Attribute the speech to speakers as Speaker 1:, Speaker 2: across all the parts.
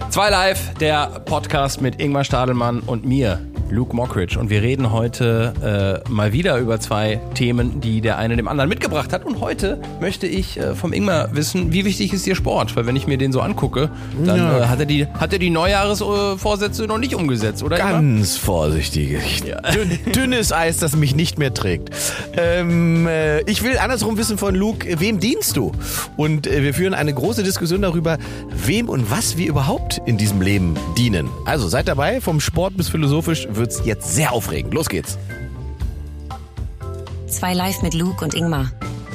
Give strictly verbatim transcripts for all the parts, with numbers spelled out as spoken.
Speaker 1: zwei Live, der Podcast mit Ingmar Stadelmann und mir, Luke Mockridge. Und wir reden heute äh, mal wieder über zwei Themen, die der eine dem anderen mitgebracht hat. Und heute möchte ich äh, vom Ingmar wissen, wie wichtig ist dir Sport? Weil wenn ich mir den so angucke, dann ja. äh, hat er die, hat er die Neujahresvorsätze noch nicht umgesetzt, oder?
Speaker 2: Ganz Ingmar? Vorsichtig. Ja. Dünn, dünnes Eis, das mich nicht mehr trägt. Ähm, äh, ich will andersrum wissen von Luke, wem dienst du? Und äh, wir führen eine große Diskussion darüber, wem und was wir überhaupt in diesem Leben dienen. Also seid dabei, vom Sport bis philosophisch wird's jetzt sehr aufregend. Los geht's.
Speaker 3: Zwei Live mit Luke und Ingmar.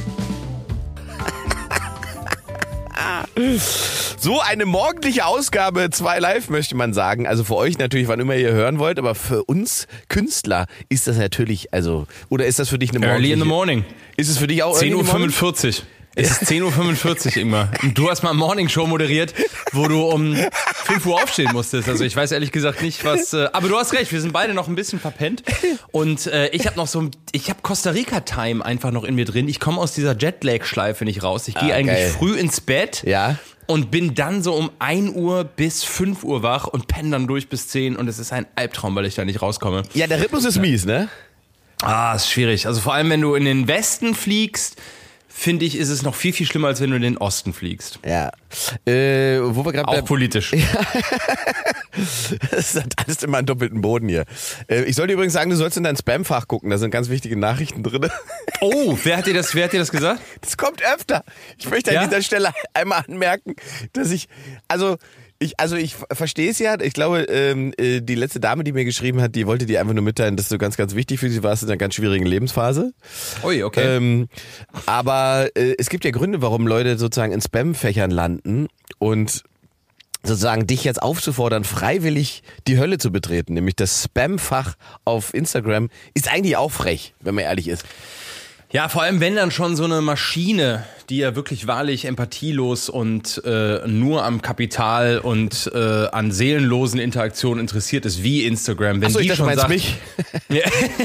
Speaker 2: So eine morgendliche Ausgabe zwei Live, möchte man sagen. Also für euch natürlich, wann immer ihr hören wollt, aber für uns Künstler ist das natürlich, also, oder ist das für dich eine morgendliche...
Speaker 1: Early in the morning.
Speaker 2: Ist es für dich auch
Speaker 1: zehn Uhr fünfundvierzig. Es ist zehn Uhr fünfundvierzig, Ingmar. Und du hast mal eine Morningshow moderiert, wo du um fünf Uhr aufstehen musstest. Also ich weiß ehrlich gesagt nicht, was... Äh, aber du hast recht, wir sind beide noch ein bisschen verpennt. Und äh, ich habe noch so... Ich habe Costa Rica-Time einfach noch in mir drin. Ich komme aus dieser Jetlag-Schleife nicht raus. Ich gehe ah, eigentlich geil. früh ins Bett.
Speaker 2: Ja.
Speaker 1: Und bin dann so um ein Uhr bis fünf Uhr wach und penne dann durch bis zehn. Und es ist ein Albtraum, weil ich da nicht rauskomme.
Speaker 2: Ja, der Rhythmus ist mies, ne?
Speaker 1: Ah, ist schwierig. Also vor allem, wenn du in den Westen fliegst... finde ich, ist es noch viel, viel schlimmer, als wenn du in den Osten fliegst.
Speaker 2: Ja. Äh, wo wir gerade
Speaker 1: Auch politisch.
Speaker 2: Ja. Das hat alles immer einen doppelten Boden hier. Äh, ich soll dir übrigens sagen, du sollst in dein Spam-Fach gucken, da sind ganz wichtige Nachrichten drin.
Speaker 1: Oh, wer hat dir das, wer hat dir das gesagt?
Speaker 2: Das kommt öfter. Ich möchte an ja? dieser Stelle einmal anmerken, dass ich, also... Ich, also ich verstehe es ja, ich glaube, ähm, die letzte Dame, die mir geschrieben hat, die wollte dir einfach nur mitteilen, dass du ganz, ganz wichtig für sie warst in einer ganz schwierigen Lebensphase.
Speaker 1: Ui, okay.
Speaker 2: Ähm, aber äh, es gibt ja Gründe, warum Leute sozusagen in Spam-Fächern landen und sozusagen dich jetzt aufzufordern, freiwillig die Hölle zu betreten, nämlich das Spam-Fach auf Instagram, ist eigentlich auch frech, wenn man ehrlich ist.
Speaker 1: Ja, vor allem wenn dann schon so eine Maschine, die ja wirklich wahrlich empathielos und äh, nur am Kapital und äh, an seelenlosen Interaktionen interessiert ist, wie Instagram, wenn
Speaker 2: Ach so,
Speaker 1: die
Speaker 2: ich dachte,
Speaker 1: schon
Speaker 2: meinst
Speaker 1: sagt,
Speaker 2: mich?
Speaker 1: Ja.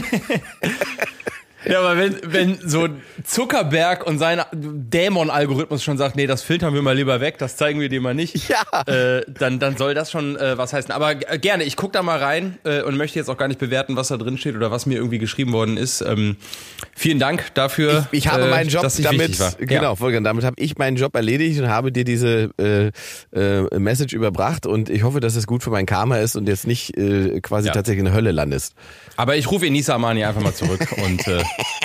Speaker 1: Ja, aber wenn, wenn so Zuckerberg und sein Dämon-Algorithmus schon sagt, nee, das filtern wir mal lieber weg, das zeigen wir dir mal nicht,
Speaker 2: ja.
Speaker 1: äh, dann, dann soll das schon äh, was heißen. Aber äh, gerne, ich guck da mal rein äh, und möchte jetzt auch gar nicht bewerten, was da drin steht oder was mir irgendwie geschrieben worden ist. Ähm, vielen Dank dafür.
Speaker 2: Ich, ich habe
Speaker 1: äh,
Speaker 2: meinen Job
Speaker 1: dass ich
Speaker 2: damit,
Speaker 1: war.
Speaker 2: genau, ja. damit habe ich meinen Job erledigt und habe dir diese äh, äh, Message überbracht und ich hoffe, dass es gut für mein Karma ist und jetzt nicht äh, quasi ja. tatsächlich in der Hölle landest.
Speaker 1: Aber ich rufe Enisa Amani einfach mal zurück und äh,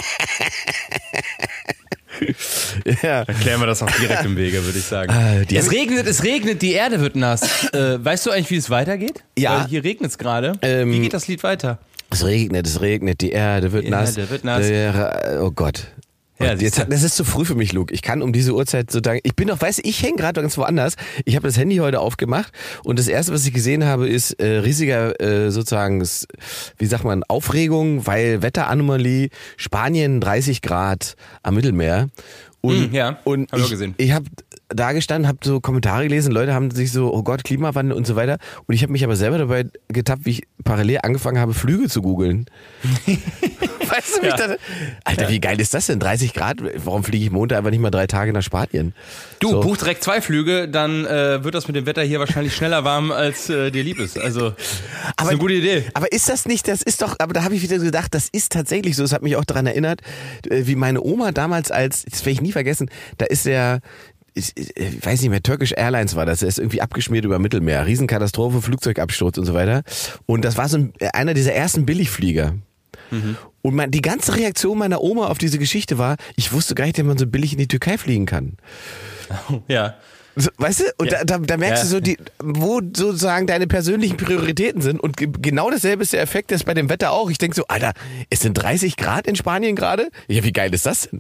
Speaker 2: ja.
Speaker 1: erklären wir das auch direkt im Wege, würde ich sagen.
Speaker 2: Ah,
Speaker 1: es regnet, es regnet, die Erde wird nass. Äh, weißt du eigentlich, wie es weitergeht?
Speaker 2: Ja.
Speaker 1: Weil hier regnet es gerade.
Speaker 2: Ähm,
Speaker 1: wie geht das Lied weiter?
Speaker 2: Es regnet, es regnet, die Erde wird
Speaker 1: die
Speaker 2: nass.
Speaker 1: Erde wird nass.
Speaker 2: Oh Gott.
Speaker 1: Ja,
Speaker 2: jetzt, das ist zu früh für mich, Luke. Ich kann um diese Uhrzeit so sagen, ich bin doch, weißt du, ich hänge gerade ganz woanders. Ich habe das Handy heute aufgemacht und das erste, was ich gesehen habe, ist äh, riesiger äh, sozusagen, wie sagt man, Aufregung, weil Wetteranomalie, Spanien dreißig Grad am Mittelmeer. Und,
Speaker 1: mm, ja,
Speaker 2: und
Speaker 1: hab ich
Speaker 2: ich,
Speaker 1: gesehen.
Speaker 2: ich habe da gestanden, habe so Kommentare gelesen, Leute haben sich so, oh Gott, Klimawandel und so weiter. Und ich habe mich aber selber dabei getappt, wie ich parallel angefangen habe, Flüge zu googeln. Weißt du, wie ja. ich dachte, Alter, wie geil ist das denn? dreißig Grad? Warum fliege ich Montag einfach nicht mal drei Tage nach Spanien?
Speaker 1: Du,
Speaker 2: so.
Speaker 1: buch direkt zwei Flüge, dann äh, wird das mit dem Wetter hier wahrscheinlich schneller warm, als äh, dir lieb ist. Also, das
Speaker 2: aber,
Speaker 1: ist eine gute Idee.
Speaker 2: Aber ist das nicht, das ist doch, aber da habe ich wieder gedacht, das ist tatsächlich so. Es hat mich auch daran erinnert, wie meine Oma damals als, das werde ich nie vergessen, da ist der, ich weiß nicht mehr, Turkish Airlines war das, er ist irgendwie abgeschmiert über Mittelmeer, Riesenkatastrophe, Flugzeugabsturz und so weiter. Und das war so ein, einer dieser ersten Billigflieger. Mhm. Und mein, die ganze Reaktion meiner Oma auf diese Geschichte war, ich wusste gar nicht, dass man so billig in die Türkei fliegen kann.
Speaker 1: Ja.
Speaker 2: So, weißt du? Und ja. da, da, da merkst ja. du so, die, wo sozusagen deine persönlichen Prioritäten sind. Und ge- genau dasselbe ist der Effekt, das bei dem Wetter auch. Ich denke so, Alter, es sind dreißig Grad in Spanien gerade? Ja, wie geil ist das denn?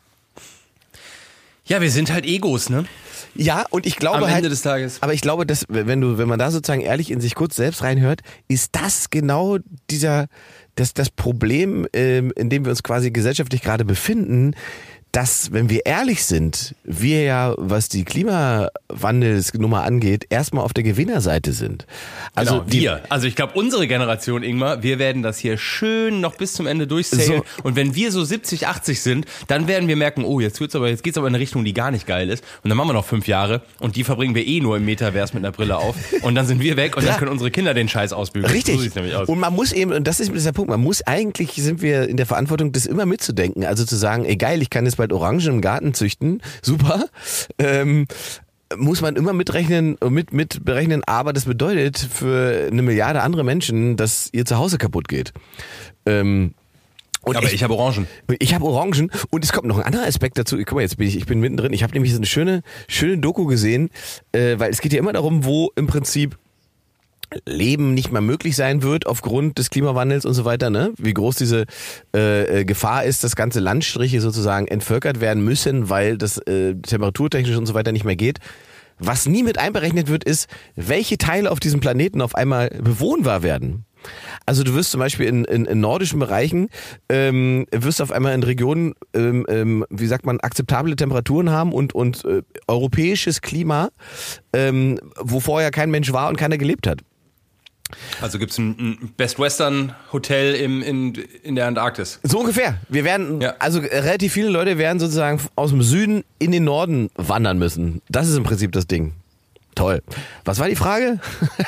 Speaker 1: Ja, wir sind halt Egos, ne?
Speaker 2: Ja, und ich glaube
Speaker 1: Am
Speaker 2: halt,
Speaker 1: Ende des Tages.
Speaker 2: Aber ich glaube, dass wenn du, wenn man da sozusagen ehrlich in sich kurz selbst reinhört, ist das genau dieser, das, das Problem, ähm, in dem wir uns quasi gesellschaftlich gerade befinden, dass, wenn wir ehrlich sind, wir ja, was die Klimawandelsnummer angeht, erstmal auf der Gewinnerseite sind. Also
Speaker 1: genau, wir. Also ich glaube, unsere Generation, Ingmar, wir werden das hier schön noch bis zum Ende durchzählen. So. Und wenn wir so siebzig, achtzig sind, dann werden wir merken, oh, jetzt wird's aber, jetzt geht's aber in eine Richtung, die gar nicht geil ist. Und dann machen wir noch fünf Jahre und die verbringen wir eh nur im Metaverse mit einer Brille auf. Und dann sind wir weg und ja. dann können unsere Kinder den Scheiß ausbügeln.
Speaker 2: Richtig.
Speaker 1: So sieht's nämlich aus.
Speaker 2: Und man muss eben, und das ist der Punkt, man muss eigentlich, sind wir in der Verantwortung, das immer mitzudenken. Also zu sagen, ey geil, ich kann jetzt bald Orangen im Garten züchten, super. Ähm, muss man immer mitrechnen, mit, mit berechnen, aber das bedeutet für eine Milliarde andere Menschen, dass ihr Zuhause kaputt geht. Ähm, Und
Speaker 1: aber ich, ich habe Orangen.
Speaker 2: Ich habe Orangen und es kommt noch ein anderer Aspekt dazu. Guck mal, jetzt bin ich, ich bin mittendrin. Ich habe nämlich so eine schöne, schöne Doku gesehen, äh, weil es geht ja immer darum, wo im Prinzip Leben nicht mehr möglich sein wird aufgrund des Klimawandels und so weiter, ne? Wie groß diese äh, Gefahr ist, dass ganze Landstriche sozusagen entvölkert werden müssen, weil das äh, temperaturtechnisch und so weiter nicht mehr geht. Was nie mit einberechnet wird, ist, welche Teile auf diesem Planeten auf einmal bewohnbar werden. Also du wirst zum Beispiel in, in, in nordischen Bereichen, ähm, wirst auf einmal in Regionen, ähm, ähm, wie sagt man, akzeptable Temperaturen haben und, und äh, europäisches Klima, ähm, wo vorher kein Mensch war und keiner gelebt hat.
Speaker 1: Also gibt's ein, ein Best Western Hotel im, in, in der Antarktis?
Speaker 2: So ungefähr. Wir werden,
Speaker 1: ja.
Speaker 2: also relativ viele Leute werden sozusagen aus dem Süden in den Norden wandern müssen. Das ist im Prinzip das Ding. Toll. Was war die Frage?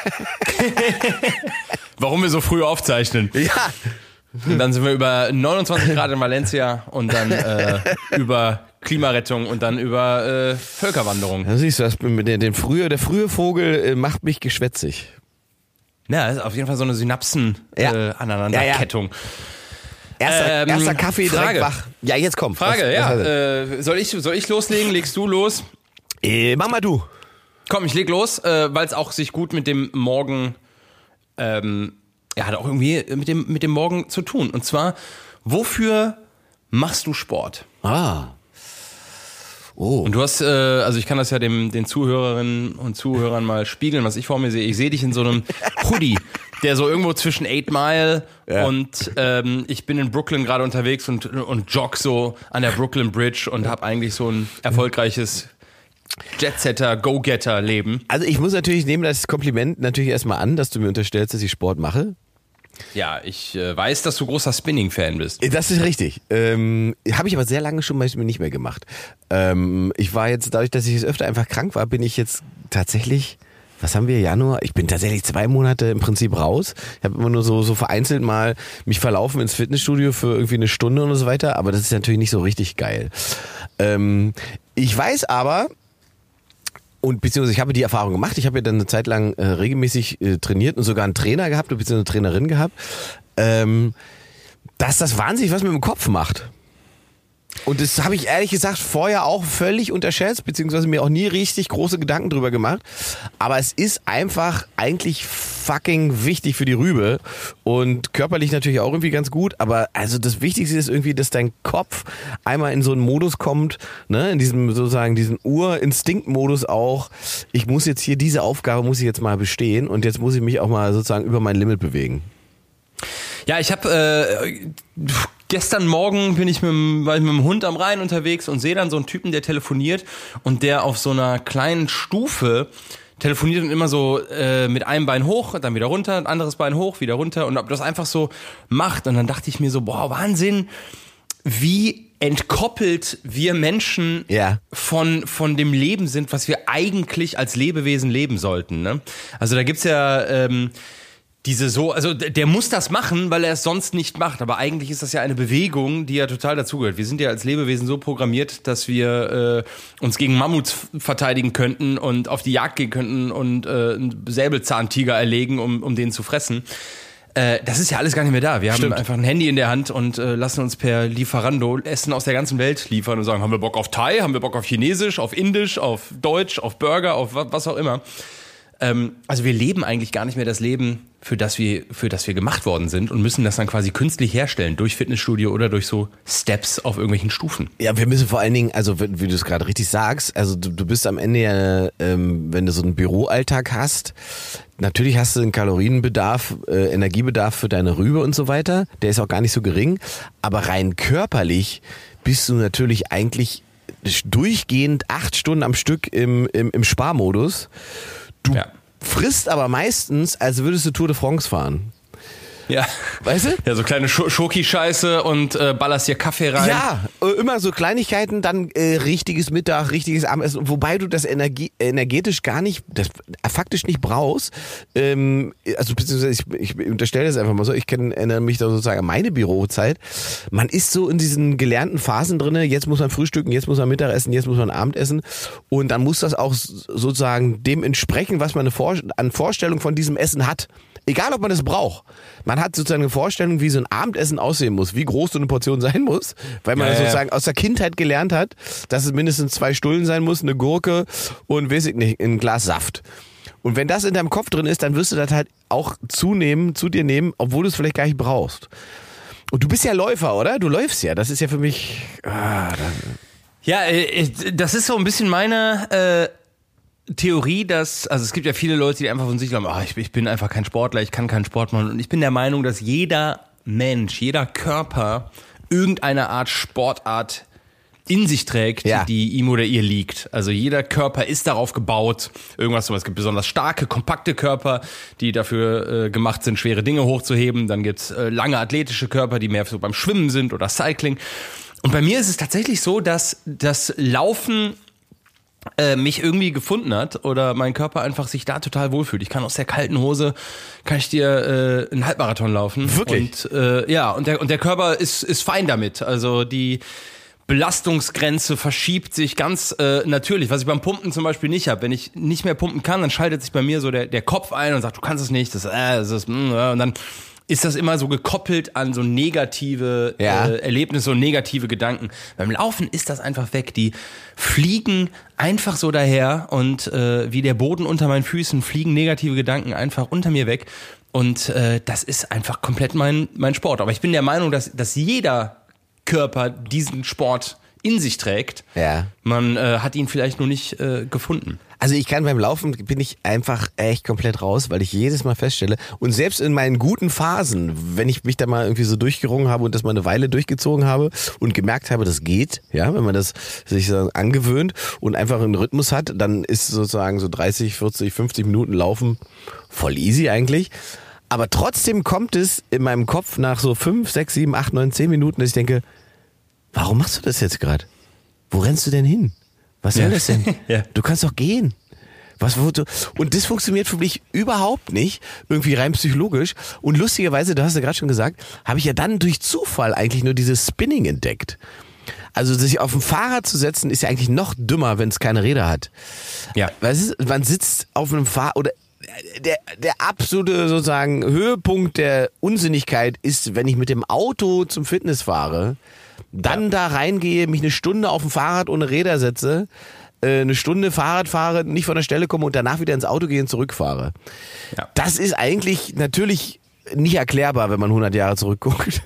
Speaker 1: Warum wir so früh aufzeichnen.
Speaker 2: Ja.
Speaker 1: Und dann sind wir über neunundzwanzig Grad in Valencia und dann äh, über Klimarettung und dann über äh, Völkerwanderung.
Speaker 2: Da siehst du, das mit den, den frühe, der frühe Vogel äh, macht mich geschwätzig.
Speaker 1: Ja, das ist auf jeden Fall so eine Synapsen-Aneinanderkettung.
Speaker 2: Ja. Ja. Erster,
Speaker 1: ähm,
Speaker 2: erster Kaffee
Speaker 1: Frage.
Speaker 2: direkt wach. Ja, jetzt komm.
Speaker 1: Frage,
Speaker 2: was,
Speaker 1: ja.
Speaker 2: Was
Speaker 1: äh, soll, ich, soll ich loslegen? Legst du los?
Speaker 2: Äh, mach mal du.
Speaker 1: Komm, ich leg los, äh, weil es auch sich gut mit dem Morgen, ähm, ja, hat auch irgendwie mit dem, mit dem Morgen zu tun. Und zwar, wofür machst du Sport?
Speaker 2: Ah. Oh.
Speaker 1: Und du hast, äh, also ich kann das ja dem, den Zuhörerinnen und Zuhörern mal spiegeln, was ich vor mir sehe. Ich sehe dich in so einem Hoodie, der so irgendwo zwischen Eight Mile ja. und ähm, ich bin in Brooklyn gerade unterwegs und, und jogg so an der Brooklyn Bridge und habe eigentlich so ein erfolgreiches Jetsetter, Go-Getter-Leben.
Speaker 2: Also ich muss natürlich, nehmen das Kompliment natürlich erstmal an, dass du mir unterstellst, dass ich Sport mache.
Speaker 1: Ja, ich äh, weiß, dass du großer Spinning-Fan bist.
Speaker 2: Das ist richtig. Ähm, habe ich aber sehr lange schon mal nicht mehr gemacht. Ähm, ich war jetzt, dadurch, dass ich jetzt öfter einfach krank war, bin ich jetzt tatsächlich, was haben wir, Januar? Ich bin tatsächlich zwei Monate im Prinzip raus. Ich habe immer nur so, so vereinzelt mal mich verlaufen ins Fitnessstudio für irgendwie eine Stunde und so weiter, aber das ist natürlich nicht so richtig geil. Ähm, ich weiß aber, und beziehungsweise ich habe die Erfahrung gemacht, ich habe ja dann eine Zeit lang äh, regelmäßig äh, trainiert und sogar einen Trainer gehabt, beziehungsweise eine Trainerin gehabt, ähm, dass das wahnsinnig was mit dem Kopf macht. Und das habe ich ehrlich gesagt vorher auch völlig unterschätzt, beziehungsweise mir auch nie richtig große Gedanken drüber gemacht. Aber es ist einfach eigentlich fucking wichtig für die Rübe und körperlich natürlich auch irgendwie ganz gut. Aber also das Wichtigste ist irgendwie, dass dein Kopf einmal in so einen Modus kommt, ne, in diesem sozusagen diesen Urinstinktmodus auch. Ich muss jetzt hier diese Aufgabe muss ich jetzt mal bestehen und jetzt muss ich mich auch mal sozusagen über mein Limit bewegen.
Speaker 1: Ja, ich habe äh, gestern Morgen bin ich mit dem, war ich mit dem Hund am Rhein unterwegs und sehe dann so einen Typen, der telefoniert und der auf so einer kleinen Stufe telefoniert und immer so äh, mit einem Bein hoch, dann wieder runter, ein anderes Bein hoch, wieder runter und ob das einfach so macht. Und dann dachte ich mir so, boah, Wahnsinn, wie entkoppelt wir Menschen
Speaker 2: ja.
Speaker 1: von von dem Leben sind, was wir eigentlich als Lebewesen leben sollten. Ne? Also da gibt's ja ähm, diese so, also der muss das machen, weil er es sonst nicht macht. Aber eigentlich ist das ja eine Bewegung, die ja total dazugehört. Wir sind ja als Lebewesen so programmiert, dass wir äh, uns gegen Mammuts verteidigen könnten und auf die Jagd gehen könnten und äh, einen Säbelzahntiger erlegen, um, um den zu fressen. Äh, das ist ja alles gar nicht mehr da. Wir
Speaker 2: Stimmt.
Speaker 1: haben einfach ein Handy in der Hand und äh, lassen uns per Lieferando Essen aus der ganzen Welt liefern und sagen, haben wir Bock auf Thai, haben wir Bock auf Chinesisch, auf Indisch, auf Deutsch, auf Burger, auf was auch immer. Ähm, also wir leben eigentlich gar nicht mehr das Leben, für das wir, für das wir gemacht worden sind und müssen das dann quasi künstlich herstellen durch Fitnessstudio oder durch so Steps auf irgendwelchen Stufen.
Speaker 2: Ja, wir müssen vor allen Dingen, also wie, wie du es gerade richtig sagst, also du, du bist am Ende ja, ähm, wenn du so einen Büroalltag hast, natürlich hast du einen Kalorienbedarf, äh, Energiebedarf für deine Rübe und so weiter, der ist auch gar nicht so gering, aber rein körperlich bist du natürlich eigentlich durchgehend acht Stunden am Stück im, im, im Sparmodus. Du ja. frisst aber meistens, als würdest du Tour de France fahren.
Speaker 1: Ja.
Speaker 2: Weißt du?
Speaker 1: Ja, so kleine Sch- Schoki-Scheiße und äh, ballerst dir Kaffee rein.
Speaker 2: Ja, immer so Kleinigkeiten, dann äh, richtiges Mittag, richtiges Abendessen, wobei du das Energie, energetisch gar nicht, das faktisch nicht brauchst. Ähm, also beziehungsweise ich, ich unterstelle das einfach mal so, ich kenn, erinnere mich da sozusagen an meine Bürozeit. Man ist so in diesen gelernten Phasen drinne, jetzt muss man frühstücken, jetzt muss man Mittagessen, jetzt muss man Abendessen und dann muss das auch sozusagen dem entsprechen, was man eine Vor- an Vorstellung von diesem Essen hat. Egal, ob man es braucht. Man hat sozusagen eine Vorstellung, wie so ein Abendessen aussehen muss, wie groß so eine Portion sein muss, weil man
Speaker 1: ja,
Speaker 2: sozusagen
Speaker 1: ja.
Speaker 2: aus der Kindheit gelernt hat, dass es mindestens zwei Stullen sein muss, eine Gurke und weiß ich nicht, ein Glas Saft. Und wenn das in deinem Kopf drin ist, dann wirst du das halt auch zunehmen, zu dir nehmen, obwohl du es vielleicht gar nicht brauchst. Und du bist ja Läufer, oder? Du läufst ja. Das ist ja für mich... Ah,
Speaker 1: ja, das ist so ein bisschen meine... Äh Theorie, dass, also es gibt ja viele Leute, die einfach von sich glauben, oh, ich, ich bin einfach kein Sportler, ich kann keinen Sport machen. Und ich bin der Meinung, dass jeder Mensch, jeder Körper irgendeine Art Sportart in sich trägt, ja. die ihm oder ihr liegt. Also jeder Körper ist darauf gebaut. Irgendwas, es gibt besonders starke, kompakte Körper, die dafür äh, gemacht sind, schwere Dinge hochzuheben. Dann gibt's äh, lange athletische Körper, die mehr so beim Schwimmen sind oder Cycling. Und bei mir ist es tatsächlich so, dass das Laufen Äh, mich irgendwie gefunden hat oder mein Körper einfach sich da total wohlfühlt. Ich kann aus der kalten Hose, kann ich dir äh, einen Halbmarathon laufen.
Speaker 2: Wirklich?
Speaker 1: Und äh, ja, und der und der Körper ist ist fein damit. Also die Belastungsgrenze verschiebt sich ganz äh, natürlich, was ich beim Pumpen zum Beispiel nicht habe. Wenn ich nicht mehr pumpen kann, dann schaltet sich bei mir so der der Kopf ein und sagt, du kannst es nicht, das, äh, das ist, mh, und dann ist das immer so gekoppelt an so negative
Speaker 2: ja.
Speaker 1: äh, Erlebnisse und negative Gedanken. Beim Laufen ist das einfach weg. Die fliegen einfach so daher und äh, wie der Boden unter meinen Füßen fliegen negative Gedanken einfach unter mir weg. Und äh, das ist einfach komplett mein mein Sport. Aber ich bin der Meinung, dass dass jeder Körper diesen Sport in sich trägt.
Speaker 2: Ja.
Speaker 1: Man äh, hat ihn vielleicht nur nicht äh, gefunden.
Speaker 2: Also ich kann beim Laufen, bin ich einfach echt komplett raus, weil ich jedes Mal feststelle und selbst in meinen guten Phasen, wenn ich mich da mal irgendwie so durchgerungen habe und das mal eine Weile durchgezogen habe und gemerkt habe, das geht, ja, wenn man das sich so angewöhnt und einfach einen Rhythmus hat, dann ist sozusagen so dreißig, vierzig, fünfzig Minuten Laufen voll easy eigentlich. Aber trotzdem kommt es in meinem Kopf nach so fünf, sechs, sieben, acht, neun, zehn Minuten, dass ich denke, warum machst du das jetzt gerade? Wo rennst du denn hin? Was soll ja. das denn?
Speaker 1: Ja.
Speaker 2: Du kannst doch gehen. Was, wo du, und das funktioniert für mich überhaupt nicht, irgendwie rein psychologisch. Und lustigerweise, du hast ja gerade schon gesagt, habe ich ja dann durch Zufall eigentlich nur dieses Spinning entdeckt. Also sich auf ein Fahrrad zu setzen, ist ja eigentlich noch dümmer, wenn es keine Räder hat.
Speaker 1: Ja.
Speaker 2: Weißt du, man sitzt auf einem Fahrrad oder der, der absolute sozusagen Höhepunkt der Unsinnigkeit ist, wenn ich mit dem Auto zum Fitness fahre, dann ja. da reingehe, mich eine Stunde auf dem Fahrrad ohne Räder setze, äh, eine Stunde Fahrrad fahre, nicht von der Stelle komme und danach wieder ins Auto gehe und zurückfahre. Ja. Das ist eigentlich natürlich nicht erklärbar, wenn man hundert Jahre zurückguckt.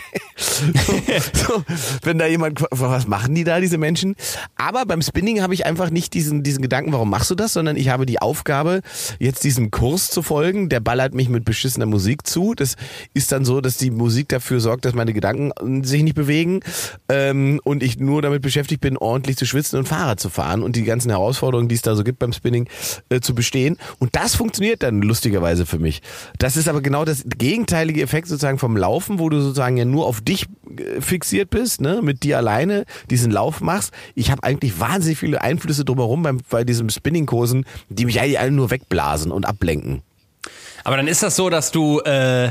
Speaker 2: so, so, wenn da jemand, was machen die da, diese Menschen? Aber beim Spinning habe ich einfach nicht diesen, diesen Gedanken, warum machst du das, sondern ich habe die Aufgabe, jetzt diesem Kurs zu folgen, der ballert mich mit beschissener Musik zu. Das ist dann so, dass die Musik dafür sorgt, dass meine Gedanken sich nicht bewegen ähm, und ich nur damit beschäftigt bin, ordentlich zu schwitzen und Fahrrad zu fahren und die ganzen Herausforderungen, die es da so gibt beim Spinning, äh, zu bestehen. Und das funktioniert dann lustigerweise für mich. Das ist aber genau das gegenteilige Effekt sozusagen vom Laufen, wo du sozusagen ja nur auf dich fixiert bist, ne, mit dir alleine diesen Lauf machst. Ich habe eigentlich wahnsinnig viele Einflüsse drumherum beim, bei diesen Spinning-Kursen, die mich eigentlich alle nur wegblasen und ablenken.
Speaker 1: Aber dann ist das so, dass du äh,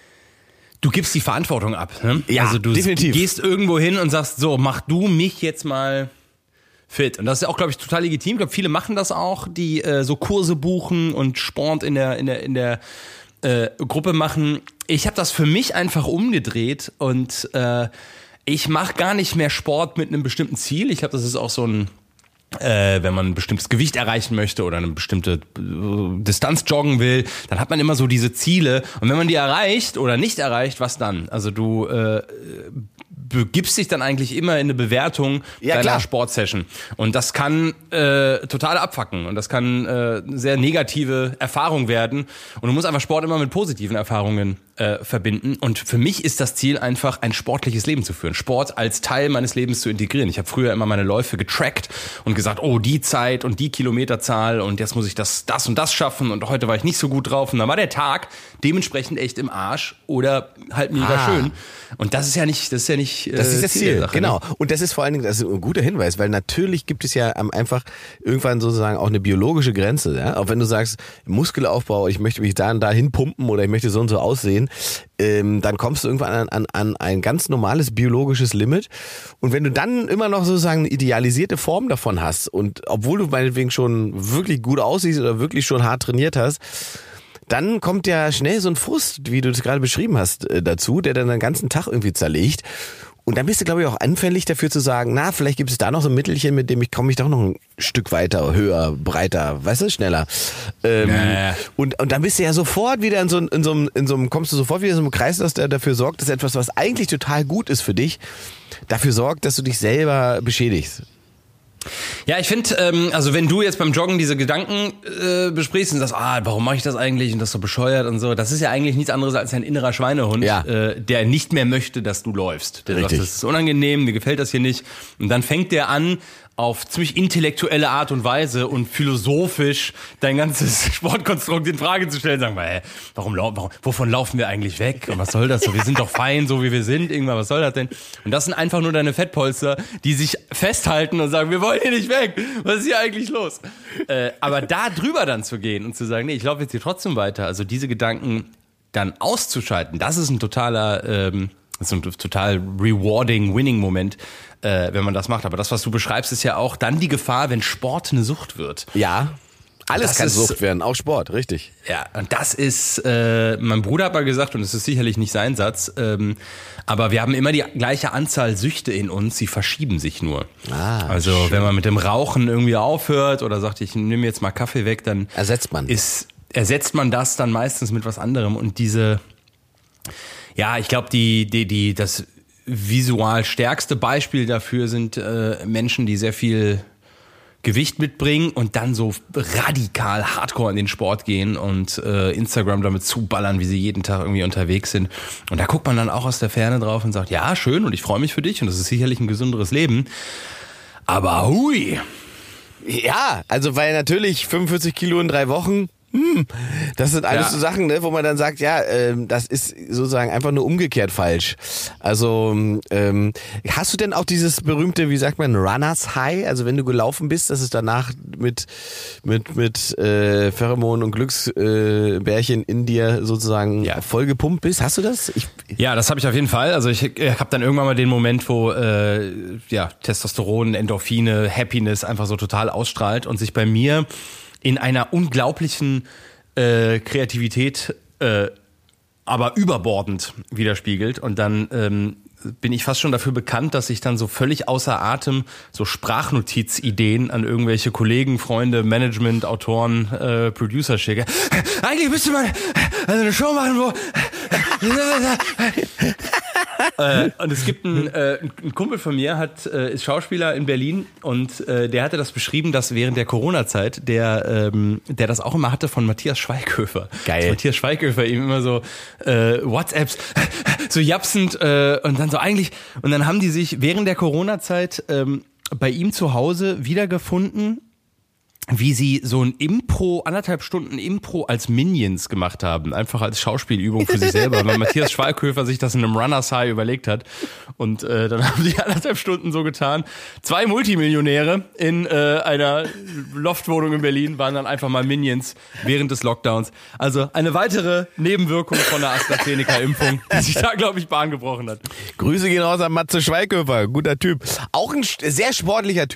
Speaker 1: du gibst die Verantwortung ab, ne?
Speaker 2: Ja,
Speaker 1: also du
Speaker 2: definitiv.
Speaker 1: gehst irgendwo hin und sagst, so, mach du mich jetzt mal fit. Und das ist auch, glaube ich, total legitim. Ich glaube, viele machen das auch, die äh, so Kurse buchen und Sport in der in der in der Äh, Gruppe machen. Ich habe das für mich einfach umgedreht und äh, ich mache gar nicht mehr Sport mit einem bestimmten Ziel. Ich glaube, das ist auch so ein, äh, wenn man ein bestimmtes Gewicht erreichen möchte oder eine bestimmte äh, Distanz joggen will, dann hat man immer so diese Ziele und wenn man die erreicht oder nicht erreicht, was dann? Also du äh, begibst dich dann eigentlich immer in eine Bewertung
Speaker 2: Ja,
Speaker 1: deiner
Speaker 2: klar.
Speaker 1: Sportsession. Und das kann äh, total abfacken und das kann äh, sehr negative Erfahrung werden. Und du musst einfach Sport immer mit positiven Erfahrungen äh, verbinden. Und für mich ist das Ziel einfach, ein sportliches Leben zu führen. Sport als Teil meines Lebens zu integrieren. Ich habe früher immer meine Läufe getrackt und gesagt, oh, die Zeit und die Kilometerzahl und jetzt muss ich das, das und das schaffen und heute war ich nicht so gut drauf. Und dann war der Tag dementsprechend echt im Arsch oder halt mega
Speaker 2: Ah.
Speaker 1: schön. Und das ist ja nicht, das ist ja nicht äh,
Speaker 2: Das ist das Ziel,
Speaker 1: der Sache,
Speaker 2: genau.
Speaker 1: ne?
Speaker 2: Und das ist vor allen Dingen, das ist ein guter Hinweis, weil natürlich gibt es ja am- einfach irgendwann sozusagen auch eine biologische Grenze. Ja? Auch wenn du sagst, Muskelaufbau, ich möchte mich da und da hinpumpen oder ich möchte so und so aussehen, ähm, dann kommst du irgendwann an, an, an ein ganz normales biologisches Limit. Und wenn du dann immer noch sozusagen eine idealisierte Form davon hast und obwohl du meinetwegen schon wirklich gut aussiehst oder wirklich schon hart trainiert hast, dann kommt ja schnell so ein Frust, wie du das gerade beschrieben hast, äh, dazu, der dann den ganzen Tag irgendwie zerlegt. Und dann bist du, glaube ich, auch anfällig dafür zu sagen, na, vielleicht gibt es da noch so ein Mittelchen, mit dem ich komme ich doch noch ein Stück weiter, höher, breiter, weißt du, schneller. Ähm,
Speaker 1: Ja.
Speaker 2: und, und dann bist du ja sofort wieder in so, in so, einem, in so einem, kommst du sofort wieder in so einem Kreis, der dafür sorgt, dass etwas, was eigentlich total gut ist für dich, dafür sorgt, dass du dich selber beschädigst.
Speaker 1: Ja, ich finde, ähm, also wenn du jetzt beim Joggen diese Gedanken äh, besprichst und sagst, ah, warum mache ich das eigentlich und das ist so bescheuert und so, das ist ja eigentlich nichts anderes als ein innerer Schweinehund,
Speaker 2: Ja.
Speaker 1: äh, der nicht mehr möchte, dass du läufst. Der sagt,
Speaker 2: Richtig.
Speaker 1: das ist unangenehm, mir gefällt das hier nicht. Und dann fängt der an, auf ziemlich intellektuelle Art und Weise und philosophisch dein ganzes Sportkonstrukt in Frage zu stellen. Sagen wir, hä, warum, lau- warum, wovon laufen wir eigentlich weg? Und was soll das so? Wir sind doch fein, so wie wir sind. Irgendwann, was soll das denn? Und das sind einfach nur deine Fettpolster, die sich festhalten und sagen, wir wollen hier nicht weg. Was ist hier eigentlich los? Äh, aber da drüber dann zu gehen und zu sagen, nee, ich laufe jetzt hier trotzdem weiter. Also diese Gedanken dann auszuschalten, das ist ein totaler... Ähm, Das ist ein total rewarding, winning Moment, äh, wenn man das macht. Aber das, was du beschreibst, ist ja auch dann die Gefahr, wenn Sport eine Sucht wird.
Speaker 2: Ja, alles
Speaker 1: Das
Speaker 2: kann
Speaker 1: ist-
Speaker 2: Sucht werden, auch Sport, richtig.
Speaker 1: Ja, und das ist, äh, mein Bruder hat mal gesagt, und es ist sicherlich nicht sein Satz, ähm, aber wir haben immer die gleiche Anzahl Süchte in uns, sie verschieben sich nur.
Speaker 2: Ah,
Speaker 1: also
Speaker 2: schön.
Speaker 1: wenn man mit dem Rauchen irgendwie aufhört oder sagt, ich nehme jetzt mal Kaffee weg, dann
Speaker 2: Ersetzt man.
Speaker 1: ist, ersetzt man das dann meistens mit was anderem. Und diese, ja, ich glaube, die, die, die, das visual stärkste Beispiel dafür sind äh, Menschen, die sehr viel Gewicht mitbringen und dann so radikal hardcore in den Sport gehen und äh, Instagram damit zuballern, wie sie jeden Tag irgendwie unterwegs sind. Und da guckt man dann auch aus der Ferne drauf und sagt, ja, schön und ich freue mich für dich und das ist sicherlich ein gesünderes Leben. Aber hui,
Speaker 2: Ja, also weil natürlich fünfundvierzig Kilo in drei Wochen, hm, das sind alles
Speaker 1: Ja.
Speaker 2: so Sachen, ne, wo man dann sagt, ja, ähm, das ist sozusagen einfach nur umgekehrt falsch. Also ähm, hast du denn auch dieses berühmte, wie sagt man, Runners High? Also wenn du gelaufen bist, dass es danach mit mit mit äh, Pheromonen und Glücksbärchen äh, Bärchen in dir sozusagen
Speaker 1: Ja.
Speaker 2: voll gepumpt bist? Hast du das? Ich,
Speaker 1: ja, das habe ich auf jeden Fall. Also ich, ich habe dann irgendwann mal den Moment, wo äh, ja Testosteron, Endorphine, Happiness einfach so total ausstrahlt und sich bei mir in einer unglaublichen äh, Kreativität, äh, aber überbordend widerspiegelt. Und dann ähm, bin ich fast schon dafür bekannt, dass ich dann so völlig außer Atem so Sprachnotizideen an irgendwelche Kollegen, Freunde, Management, Autoren, äh, Producer schicke. Eigentlich müsste man also eine Show machen, wo... äh, und es gibt einen, äh, ein Kumpel von mir, hat, äh, ist Schauspieler in Berlin und äh, der hatte das beschrieben, dass während der Corona-Zeit, der, ähm, der das auch immer hatte von Matthias Schweighöfer.
Speaker 2: Geil.
Speaker 1: Dass Matthias Schweighöfer ihm immer so äh, WhatsApps so japsend äh, und dann so eigentlich, und dann haben die sich während der Corona-Zeit ähm, bei ihm zu Hause wiedergefunden, wie sie so ein Impro, anderthalb Stunden Impro als Minions gemacht haben. Einfach als Schauspielübung für sich selber, weil Matthias Schweighöfer sich das in einem Runners High überlegt hat. Und äh, dann haben die anderthalb Stunden so getan. Zwei Multimillionäre in äh, einer Loftwohnung in Berlin waren dann einfach mal Minions während des Lockdowns. Also eine weitere Nebenwirkung von der AstraZeneca-Impfung, die sich da, glaube ich, Bahn gebrochen hat.
Speaker 2: Grüße gehen raus an Matze Schweighöfer, guter Typ. Auch ein st- sehr sportlicher Typ.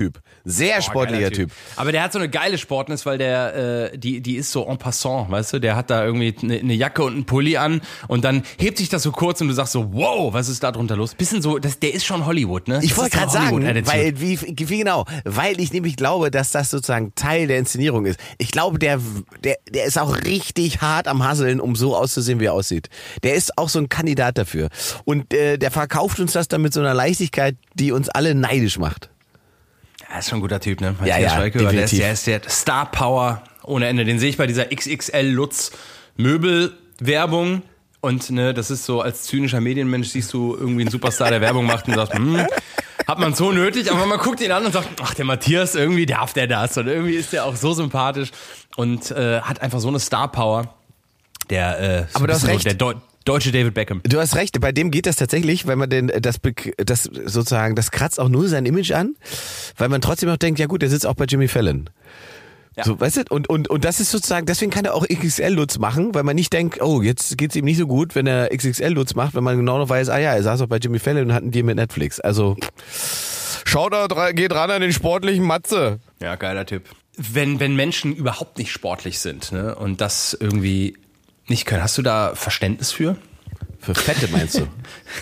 Speaker 2: Sehr sportlicher Typ.
Speaker 1: Aber der hat so eine geile Sportness, weil der, äh, die, die ist so en passant, weißt du? Der hat da irgendwie eine, eine Jacke und einen Pulli an und dann hebt sich das so kurz und du sagst so, wow, was ist da drunter los? Bisschen so, das, der ist schon Hollywood, ne?
Speaker 2: Ich wollte gerade sagen, weil, wie, wie genau, weil ich nämlich glaube, dass das sozusagen Teil der Inszenierung ist. Ich glaube, der, der, der ist auch richtig hart am Hasseln, um so auszusehen, wie er aussieht. Der ist auch so ein Kandidat dafür. Und äh, der verkauft uns das dann mit so einer Leichtigkeit, die uns alle neidisch macht.
Speaker 1: Ja, ist schon ein guter Typ, ne?
Speaker 2: Ja, ja,
Speaker 1: Schalke,
Speaker 2: definitiv.
Speaker 1: der ist, der ist der Star Power ohne Ende. Den sehe ich bei dieser X X L Lutz Möbelwerbung. Und ne, das ist so, als zynischer Medienmensch siehst du irgendwie einen Superstar, der Werbung macht und sagst, hm, hat man so nötig, aber man guckt ihn an und sagt, ach, der Matthias, irgendwie darf der das. Und irgendwie ist der auch so sympathisch und äh, hat einfach so eine Star Power. Der, äh, so
Speaker 2: aber du hast recht.
Speaker 1: So, der Deu- deutsche David Beckham.
Speaker 2: Du hast recht, bei dem geht das tatsächlich, weil man den, das, das sozusagen, das kratzt auch nur sein Image an, weil man trotzdem noch denkt, ja gut, der sitzt auch bei Jimmy Fallon. Ja. So, weißt du, und, und, und das ist sozusagen, deswegen kann er auch X X L-Lutz machen, weil man nicht denkt, oh, jetzt geht's ihm nicht so gut, wenn er X X L-Lutz macht, wenn man genau noch weiß, ah ja, er saß auch bei Jimmy Fallon und hat einen Deal mit Netflix. Also, schaut da, geht ran an den sportlichen Matze.
Speaker 1: Ja, geiler Tipp. Wenn, wenn Menschen überhaupt nicht sportlich sind, ne, und das irgendwie nicht können, hast du da Verständnis für?
Speaker 2: Für Fette meinst du?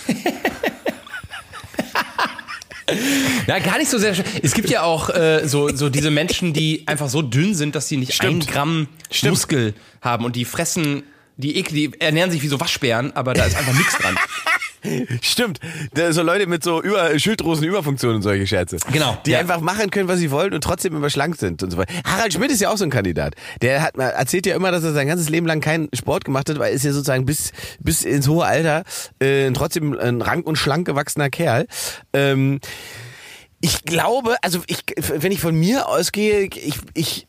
Speaker 1: Ja, gar nicht so sehr. Es gibt ja auch äh, so, so diese Menschen, die einfach so dünn sind, dass sie nicht
Speaker 2: Stimmt.
Speaker 1: ein Gramm
Speaker 2: Stimmt.
Speaker 1: Muskel haben und die fressen, die, ekel, die ernähren sich wie so Waschbären, aber da ist einfach nichts dran.
Speaker 2: Stimmt, so Leute mit so über Schilddrüsenüberfunktionen und solche Scherze.
Speaker 1: Genau.
Speaker 2: Die
Speaker 1: ja.
Speaker 2: einfach machen können, was sie wollen und trotzdem immer schlank sind und so weiter. Harald Schmidt ist ja auch so ein Kandidat. Der hat erzählt ja immer, dass er sein ganzes Leben lang keinen Sport gemacht hat, weil er ist ja sozusagen bis bis ins hohe Alter äh, trotzdem ein rank und schlank gewachsener Kerl. Ähm, ich glaube, also ich, wenn ich von mir ausgehe, ich ich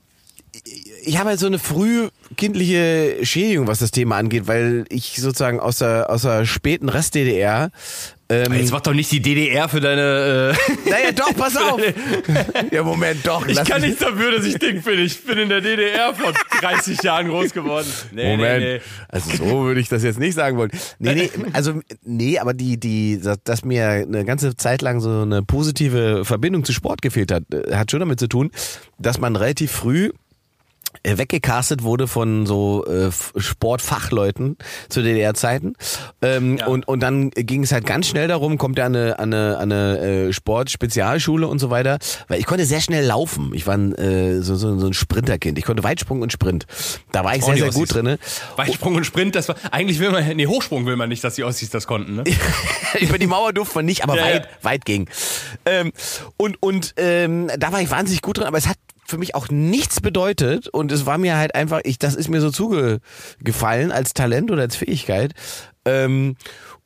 Speaker 2: ich habe halt so eine frühkindliche Schädigung, was das Thema angeht, weil ich sozusagen aus der, aus der späten Rest-D D R... Ähm,
Speaker 1: Jetzt mach doch nicht die D D R für deine... Äh
Speaker 2: naja, doch, pass auf! Ja, Moment, doch.
Speaker 1: Ich kann
Speaker 2: mich.
Speaker 1: nichts dafür, dass ich dick bin. Ich bin in der D D R vor dreißig Jahren groß geworden. Nee,
Speaker 2: Moment,
Speaker 1: nee, nee.
Speaker 2: also so würde ich das jetzt nicht sagen wollen. Nee, nee, also, nee, aber die, die, dass mir eine ganze Zeit lang so eine positive Verbindung zu Sport gefehlt hat, hat schon damit zu tun, dass man relativ früh weggecastet wurde von so äh, Sportfachleuten zu D D R-Zeiten. Ähm, ja. und, und dann ging es halt ganz schnell darum, kommt er an eine, an eine, an eine äh, Sportspezialschule und so weiter. Weil ich konnte sehr schnell laufen. Ich war ein, äh, so, so, so ein Sprinterkind. Ich konnte Weitsprung und Sprint. Da war ich sehr, sehr gut drin.
Speaker 1: Weitsprung und Sprint, das war, eigentlich will man, nee, Hochsprung will man nicht, dass die Ossis das konnten, ne?
Speaker 2: Über die Mauer durfte man nicht, aber
Speaker 1: ja,
Speaker 2: weit,
Speaker 1: ja.
Speaker 2: weit ging. Ähm, und und ähm, da war ich wahnsinnig gut drin, aber es hat für mich auch nichts bedeutet und es war mir halt einfach, ich, das ist mir so zugefallen als Talent oder als Fähigkeit. Ähm,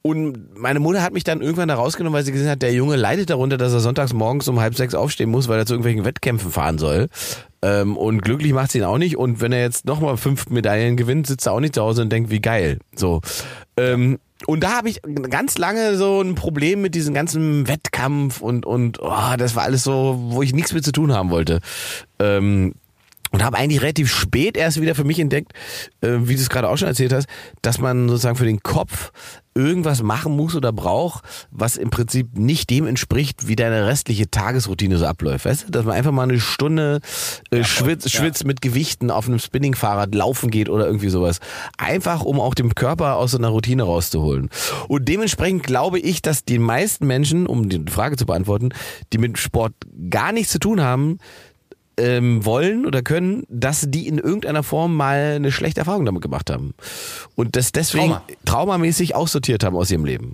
Speaker 2: und meine Mutter hat mich dann irgendwann da rausgenommen, weil sie gesehen hat, der Junge leidet darunter, dass er sonntags morgens um halb sechs aufstehen muss, weil er zu irgendwelchen Wettkämpfen fahren soll. Ähm, und glücklich macht's ihn auch nicht. Und wenn er jetzt nochmal fünf Medaillen gewinnt, sitzt er auch nicht zu Hause und denkt, wie geil. So. Ähm, Und da habe ich ganz lange so ein Problem mit diesem ganzen Wettkampf und und oh, das war alles so, wo ich nichts mit zu tun haben wollte. Ähm, und habe eigentlich relativ spät erst wieder für mich entdeckt, äh, wie du es gerade auch schon erzählt hast, dass man sozusagen für den Kopf irgendwas machen muss oder braucht, was im Prinzip nicht dem entspricht, wie deine restliche Tagesroutine so abläuft. Weißt du, dass man einfach mal eine Stunde äh, ja, schwitzt, ja. schwitzt mit Gewichten auf einem Spinningfahrrad laufen geht oder irgendwie sowas. Einfach, um auch den Körper aus so einer Routine rauszuholen. Und dementsprechend glaube ich, dass die meisten Menschen, um die Frage zu beantworten, die mit Sport gar nichts zu tun haben, Ähm, wollen oder können, dass die in irgendeiner Form mal eine schlechte Erfahrung damit gemacht haben. Und das deswegen
Speaker 1: Trauma.
Speaker 2: traumamäßig aussortiert haben aus ihrem Leben.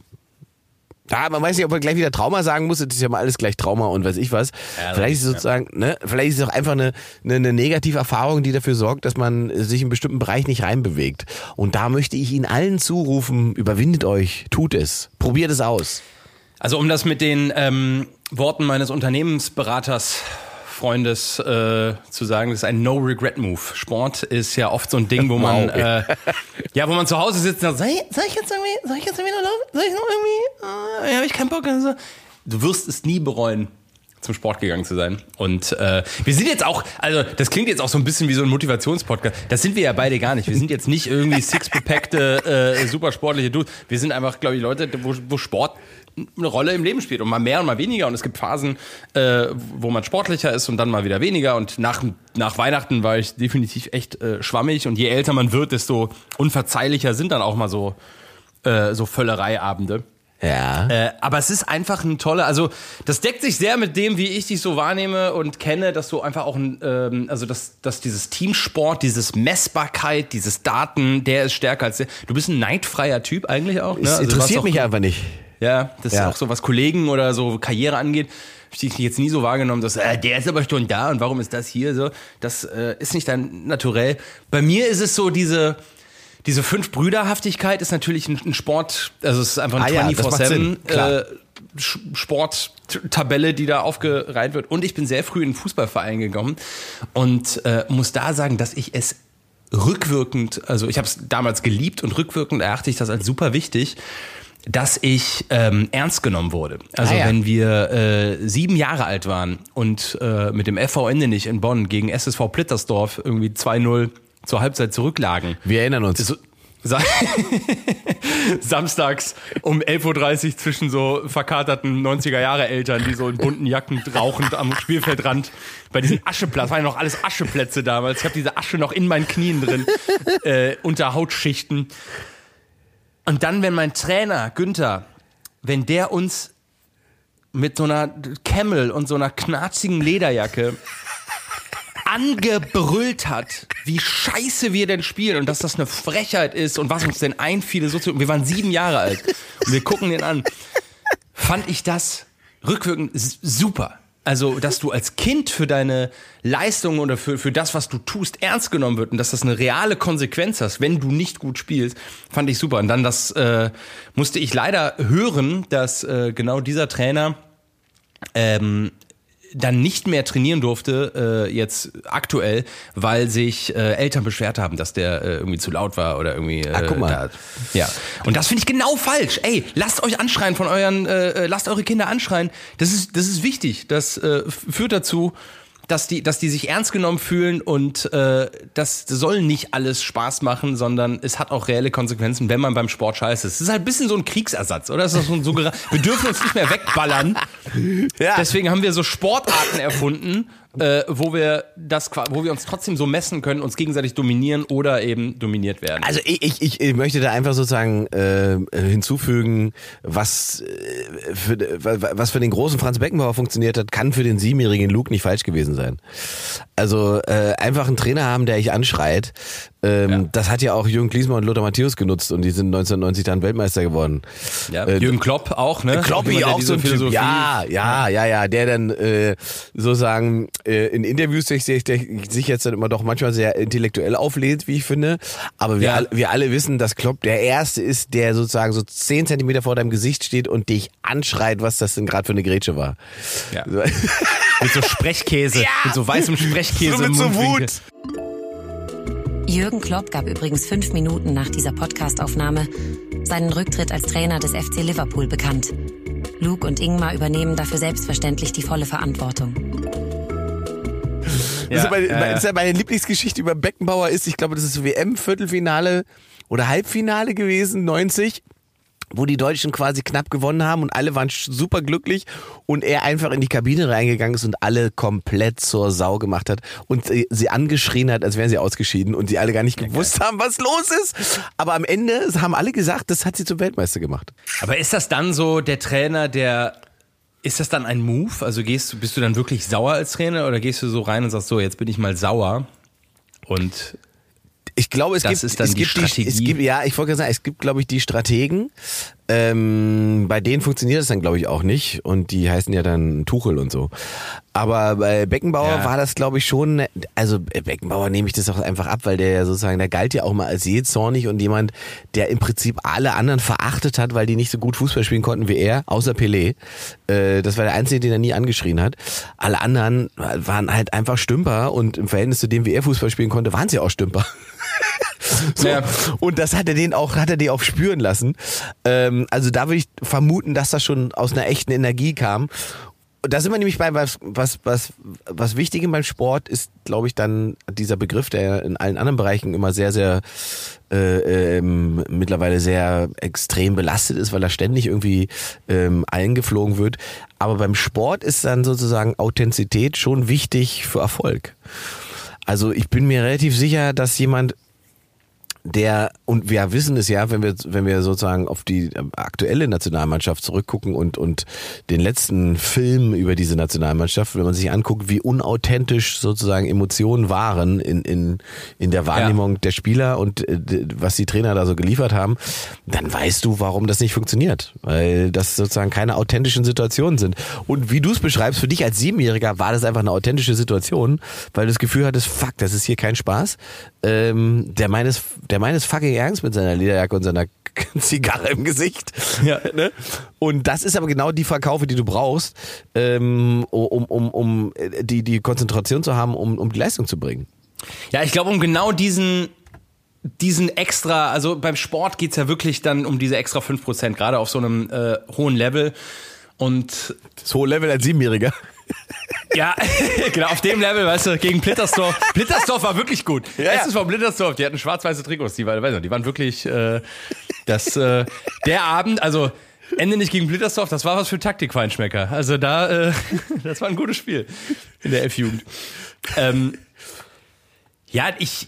Speaker 2: Ja, man weiß nicht, ob man gleich wieder Trauma sagen muss, das ist ja mal alles gleich Trauma und weiß ich was. Ja, vielleicht ist es sozusagen, ja. ne, vielleicht ist es auch einfach eine, eine, eine negative Erfahrung, die dafür sorgt, dass man sich in einen bestimmten Bereich nicht reinbewegt. Und da möchte ich Ihnen allen zurufen, überwindet euch, tut es, probiert es aus.
Speaker 1: Also um das mit den ähm, Worten meines Unternehmensberaters Freundes äh, zu sagen, das ist ein No-Regret-Move. Sport ist ja oft so ein Ding, wo man wow. äh, ja, wo man zu Hause sitzt und sagt, soll ich, soll ich jetzt irgendwie, soll ich jetzt irgendwie noch laufen? Soll ich noch irgendwie? Äh, ja, habe ich keinen Bock. Also, du wirst es nie bereuen, zum Sport gegangen zu sein. Und äh, wir sind jetzt auch, also das klingt jetzt auch so ein bisschen wie so ein Motivationspodcast. Das sind wir ja beide gar nicht. Wir sind jetzt nicht irgendwie six-bepackte, äh, super sportliche Dudes. Wir sind einfach, glaube ich, Leute, wo, wo Sport eine Rolle im Leben spielt und mal mehr und mal weniger und es gibt Phasen, äh, wo man sportlicher ist und dann mal wieder weniger und nach, nach Weihnachten war ich definitiv echt äh, schwammig und je älter man wird, desto unverzeihlicher sind dann auch mal so äh, so Völlereiabende.
Speaker 2: Ja.
Speaker 1: Äh, aber es ist einfach ein toller, also das deckt sich sehr mit dem, wie ich dich so wahrnehme und kenne, dass du einfach auch ein, ähm, also dass, dass dieses Teamsport, dieses Messbarkeit, dieses Daten, der ist stärker als der. Du bist ein neidfreier Typ eigentlich auch. Ne?
Speaker 2: Es
Speaker 1: also
Speaker 2: interessiert
Speaker 1: auch,
Speaker 2: mich einfach nicht.
Speaker 1: Ja, das
Speaker 2: Ja.
Speaker 1: ist auch so, was Kollegen oder so Karriere angeht. Ich habe jetzt nie so wahrgenommen, dass äh, der ist aber schon da und warum ist das hier so? Das äh, ist nicht dann naturell. Bei mir ist es so, diese diese Fünf-Brüderhaftigkeit ist natürlich ein, ein Sport, also es ist einfach ein
Speaker 2: Ah ja, das macht Sinn,
Speaker 1: vierundzwanzig sieben äh, Sporttabelle, die da aufgereiht wird. Und ich bin sehr früh in den Fußballverein gekommen und äh, muss da sagen, dass ich es rückwirkend, also ich habe es damals geliebt und rückwirkend erachte ich das als super wichtig, dass ich ähm, ernst genommen wurde. Also
Speaker 2: ah, ja.
Speaker 1: wenn wir äh, sieben Jahre alt waren und äh, mit dem F V Endenich in Bonn gegen S S V Plittersdorf irgendwie zwei null zur Halbzeit zurücklagen.
Speaker 2: Wir erinnern uns.
Speaker 1: So, samstags um elf Uhr dreißig zwischen so verkaterten neunziger-Jahre-Eltern, die so in bunten Jacken rauchend am Spielfeldrand bei diesen Ascheplätzen, war ja noch alles Ascheplätze damals, ich habe diese Asche noch in meinen Knien drin, äh, unter Hautschichten. Und dann, wenn mein Trainer, Günther, wenn der uns mit so einer Camel und so einer knarzigen Lederjacke angebrüllt hat, wie scheiße wir denn spielen und dass das eine Frechheit ist und was uns denn einfiel. So zu, wir waren sieben Jahre alt und wir gucken den an. Fand ich das rückwirkend super. Also, dass du als Kind für deine Leistung oder für, für das, was du tust, ernst genommen wird und dass das eine reale Konsequenz hast, wenn du nicht gut spielst, fand ich super. Und dann das äh, musste ich leider hören, dass äh, genau dieser Trainer ähm, dann nicht mehr trainieren durfte, äh, jetzt aktuell, weil sich äh, Eltern beschwert haben, dass der äh, irgendwie zu laut war oder irgendwie äh,
Speaker 2: ah, guck mal.
Speaker 1: Da, ja. Und das finde ich genau falsch. Ey, lasst euch anschreien von euren, äh, lasst eure Kinder anschreien. Das ist, das ist wichtig. Das äh, führt dazu, dass die, dass die sich ernst genommen fühlen und äh, das soll nicht alles Spaß machen, sondern es hat auch reelle Konsequenzen, wenn man beim Sport scheiße ist. Es ist halt ein bisschen so ein Kriegsersatz, oder? Das ist so ein Sugger- wir dürfen uns nicht mehr wegballern.
Speaker 2: Ja.
Speaker 1: Deswegen haben wir so Sportarten erfunden, äh, wo wir das, wo wir uns trotzdem so messen können, uns gegenseitig dominieren oder eben dominiert werden.
Speaker 2: Also ich, ich, ich möchte da einfach sozusagen äh, hinzufügen, was äh, für, was für den großen Franz Beckenbauer funktioniert hat, kann für den siebenjährigen Luke nicht falsch gewesen sein. Also äh, einfach einen Trainer haben, der ich anschreit, ähm, ja. das hat ja auch Jürgen Klinsmann und Lothar Matthäus genutzt und die sind neunzehnhundertneunzig dann Weltmeister geworden.
Speaker 1: Ja,
Speaker 2: äh,
Speaker 1: Jürgen Klopp auch, ne?
Speaker 2: Kloppi auch, auch so ein Typ. Ja, ja, ja, ja, der dann äh, sozusagen äh, in Interviews sich, sich, sich jetzt dann immer doch manchmal sehr intellektuell auflädt, wie ich finde. Aber wir,
Speaker 1: ja.
Speaker 2: all, wir alle wissen, dass Klopp der Erste ist, der sozusagen so zehn Zentimeter vor deinem Gesicht steht und dich anschreit, was das denn gerade für eine Grätsche war.
Speaker 1: Ja. So. Mit so Sprechkäse, ja. mit so weißem Sprechkäse
Speaker 2: so mit
Speaker 1: im
Speaker 2: so
Speaker 1: Mundwinkel.
Speaker 2: Wut.
Speaker 3: Jürgen Klopp gab übrigens fünf Minuten nach dieser Podcastaufnahme seinen Rücktritt als Trainer des F C Liverpool bekannt. Luke und Ingmar übernehmen dafür selbstverständlich die volle Verantwortung.
Speaker 2: Ja, das, ist meine, äh, das ist ja meine Lieblingsgeschichte über Beckenbauer ist, ich glaube, das ist W M-Viertelfinale oder Halbfinale gewesen, neunzig, wo die Deutschen quasi knapp gewonnen haben und alle waren super glücklich und er einfach in die Kabine reingegangen ist und alle komplett zur Sau gemacht hat und sie angeschrien hat, als wären sie ausgeschieden und sie alle gar nicht gewusst haben, was los ist. Aber am Ende haben alle gesagt, das hat sie zum Weltmeister gemacht.
Speaker 1: Aber ist das dann so der Trainer, der, ist das dann ein Move? Also gehst du, bist du dann wirklich sauer als Trainer oder gehst du so rein und sagst so, jetzt bin ich mal sauer und
Speaker 2: ich glaube, es
Speaker 1: das
Speaker 2: gibt,
Speaker 1: ist dann
Speaker 2: es
Speaker 1: die
Speaker 2: gibt
Speaker 1: Strategie.
Speaker 2: Die, es gibt, ja, ich wollte sagen, es gibt, glaube ich, die Strategen. Ähm, bei denen funktioniert das dann, glaube ich, auch nicht. Und die heißen ja dann Tuchel und so. Aber bei Beckenbauer
Speaker 1: ja.
Speaker 2: war das, glaube ich, schon, also Beckenbauer nehme ich das auch einfach ab, weil der ja sozusagen, der galt ja auch mal als jähzornig und jemand, der im Prinzip alle anderen verachtet hat, weil die nicht so gut Fußball spielen konnten wie er, außer Pelé. Äh, das war der Einzige, den er nie angeschrien hat. Alle anderen waren halt einfach Stümper und im Verhältnis zu dem, wie er Fußball spielen konnte, waren sie auch Stümper. So. Ja. Und das hat er den auch, hat er die auch spüren lassen. Ähm, also da würde ich vermuten, dass das schon aus einer echten Energie kam. da sind wir nämlich bei, was, was, was, was Wichtigem beim Sport ist, glaube ich, dann dieser Begriff, der in allen anderen Bereichen immer sehr, sehr äh, ähm, mittlerweile sehr extrem belastet ist, weil er ständig irgendwie ähm, eingeflogen wird. Aber beim Sport ist dann sozusagen Authentizität schon wichtig für Erfolg. Also ich bin mir relativ sicher, dass jemand, der, und wir wissen es ja, wenn wir, wenn wir sozusagen auf die aktuelle Nationalmannschaft zurückgucken und, und den letzten Film über diese Nationalmannschaft, wenn man sich anguckt, wie unauthentisch sozusagen Emotionen waren in, in, in der Wahrnehmung ja. der Spieler und äh, was die Trainer da so geliefert haben, dann weißt du, warum das nicht funktioniert. Weil das sozusagen keine authentischen Situationen sind. Und wie du es beschreibst, für dich als Siebenjähriger war das einfach eine authentische Situation, weil du das Gefühl hattest, fuck, das ist hier kein Spaß. Ähm, der meines, der meines fucking ernst mit seiner Lederjacke und seiner Zigarre im Gesicht. Ja. Ne? Und das ist aber genau die Verkaufe, die du brauchst, ähm, um, um, um die, die Konzentration zu haben, um, um die Leistung zu bringen.
Speaker 1: Ja, ich glaube, um genau diesen, diesen extra, also beim Sport geht's ja wirklich dann um diese extra fünf Prozent, gerade auf so einem äh, hohen Level. Und
Speaker 2: das hohe Level als Siebenjähriger.
Speaker 1: Ja, genau, auf dem Level, weißt du, gegen Blittersdorf. Blittersdorf war wirklich gut.
Speaker 2: Ja,
Speaker 1: Erstens von Blittersdorf, die hatten schwarz-weiße Trikots, die, weiß nicht, die waren wirklich, äh, das, äh, der Abend, also Ende nicht gegen Blittersdorf, das war was für Taktikfeinschmecker. Also da, äh, das war ein gutes Spiel in der F-Jugend. Ähm, ja, ich,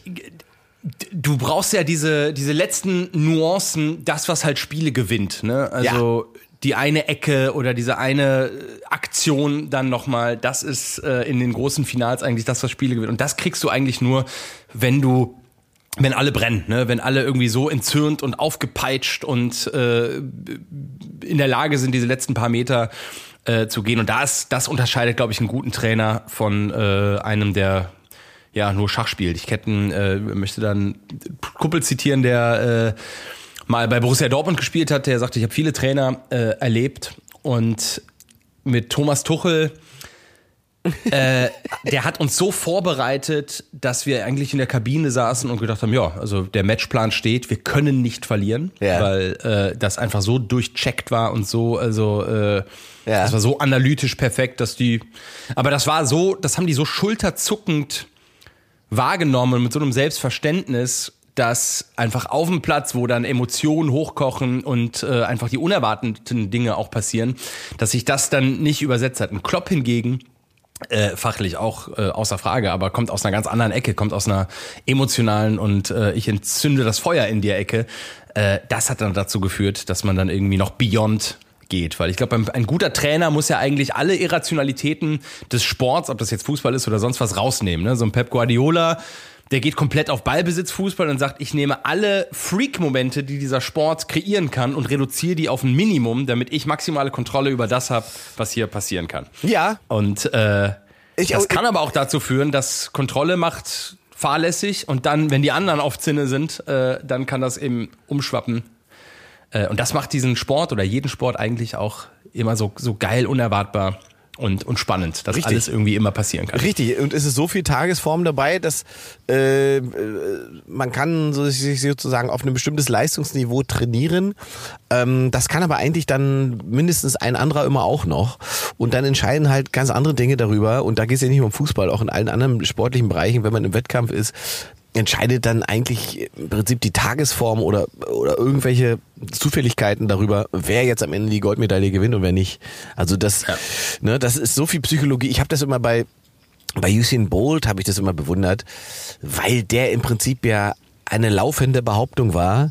Speaker 1: du brauchst ja diese, diese letzten Nuancen, das, was halt Spiele gewinnt, ne? Also, ja. Die eine Ecke oder diese eine Aktion dann nochmal, das ist äh, in den großen Finals eigentlich das, was Spiele gewinnt. Und das kriegst du eigentlich nur, wenn du, wenn alle brennen, ne? Wenn alle irgendwie so entzürnt und aufgepeitscht und äh, in der Lage sind, diese letzten paar Meter äh, zu gehen. Und das, das unterscheidet, glaube ich, einen guten Trainer von äh, einem, der ja nur Schach spielt. Ich ketten, äh, möchte dann Kuppel zitieren, der äh, mal bei Borussia Dortmund gespielt hat, der sagte, ich habe viele Trainer äh, erlebt und mit Thomas Tuchel, äh, der hat uns so vorbereitet, dass wir eigentlich in der Kabine saßen und gedacht haben, ja, also der Matchplan steht, wir können nicht verlieren, ja. weil äh, das einfach so durchcheckt war und so, also äh, ja. das war so analytisch perfekt, dass die, aber das war so, das haben die so schulterzuckend wahrgenommen mit so einem Selbstverständnis, dass einfach auf dem Platz, wo dann Emotionen hochkochen und äh, einfach die unerwarteten Dinge auch passieren, dass sich das dann nicht übersetzt hat. Ein Klopp hingegen, äh, fachlich auch äh, außer Frage, aber kommt aus einer ganz anderen Ecke, kommt aus einer emotionalen und äh, ich entzünde das Feuer in der Ecke. Äh, das hat dann dazu geführt, dass man dann irgendwie noch beyond geht, weil ich glaube, ein guter Trainer muss ja eigentlich alle Irrationalitäten des Sports, ob das jetzt Fußball ist oder sonst was, rausnehmen. Ne? So ein Pep Guardiola, der geht komplett auf Ballbesitzfußball und sagt, ich nehme alle Freak-Momente, die dieser Sport kreieren kann und reduziere die auf ein Minimum, damit ich maximale Kontrolle über das habe, was hier passieren kann.
Speaker 2: Ja.
Speaker 1: Und äh,
Speaker 2: ich,
Speaker 1: das
Speaker 2: ich,
Speaker 1: kann aber auch dazu führen, dass Kontrolle macht fahrlässig und dann, wenn die anderen auf Zinne sind, äh, dann kann das eben umschwappen. Äh, und das macht diesen Sport oder jeden Sport eigentlich auch immer so, so geil unerwartbar. Und, und spannend, dass Richtig. Alles irgendwie immer passieren kann.
Speaker 2: Richtig, und es ist so viel Tagesform dabei, dass äh, man kann so, sich sozusagen auf ein bestimmtes Leistungsniveau trainieren. Ähm, das kann aber eigentlich dann mindestens ein anderer immer auch noch. Und dann entscheiden halt ganz andere Dinge darüber. Und da geht es ja nicht nur um Fußball, auch in allen anderen sportlichen Bereichen, wenn man im Wettkampf ist, entscheidet dann eigentlich im Prinzip die Tagesform oder oder irgendwelche Zufälligkeiten darüber, wer jetzt am Ende die Goldmedaille gewinnt und wer nicht. Also das, ja. ne, das ist so viel Psychologie. Ich habe das immer bei bei Usain Bolt habe ich das immer bewundert, weil der im Prinzip ja eine laufende Behauptung war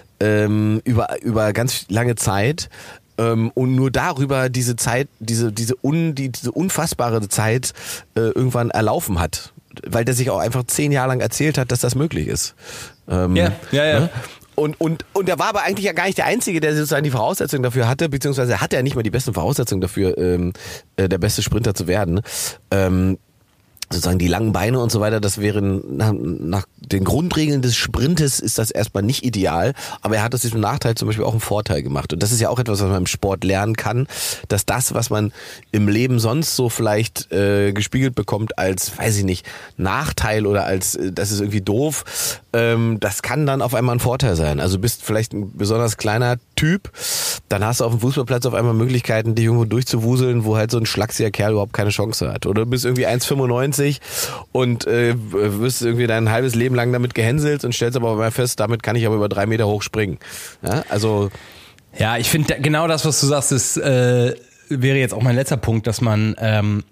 Speaker 2: ähm, über über ganz lange Zeit. Ähm, und nur darüber diese Zeit, diese diese un die, diese unfassbare Zeit äh, irgendwann erlaufen hat. Weil der sich auch einfach zehn Jahre lang erzählt hat, dass das möglich ist. Ähm,
Speaker 1: ja, ja, ja.
Speaker 2: Ne? Und, und, und er war aber eigentlich ja gar nicht der Einzige, der sozusagen die Voraussetzungen dafür hatte, beziehungsweise hatte er nicht mal die besten Voraussetzungen dafür, ähm, äh, der beste Sprinter zu werden. Ähm, sozusagen die langen Beine und so weiter, das wären nach, nach den Grundregeln des Sprintes ist das erstmal nicht ideal, aber er hat aus diesem Nachteil zum Beispiel auch einen Vorteil gemacht. Und das ist ja auch etwas, was man im Sport lernen kann, dass das, was man im Leben sonst so vielleicht äh, gespiegelt bekommt als, weiß ich nicht, Nachteil oder als, äh, das ist irgendwie doof, ähm, das kann dann auf einmal ein Vorteil sein. Also bist vielleicht ein besonders kleiner Typ, dann hast du auf dem Fußballplatz auf einmal Möglichkeiten, dich irgendwo durchzuwuseln, wo halt so ein schlachsiger Kerl überhaupt keine Chance hat. Oder du bist irgendwie eins Komma fünfundneunzig und äh, wirst irgendwie dein halbes Leben lang damit gehänselt und stellst aber auf einmal fest, damit kann ich aber über drei Meter hoch springen. Ja, also
Speaker 1: ja, ich finde genau das, was du sagst, ist, äh, wäre jetzt auch mein letzter Punkt, dass man ähm,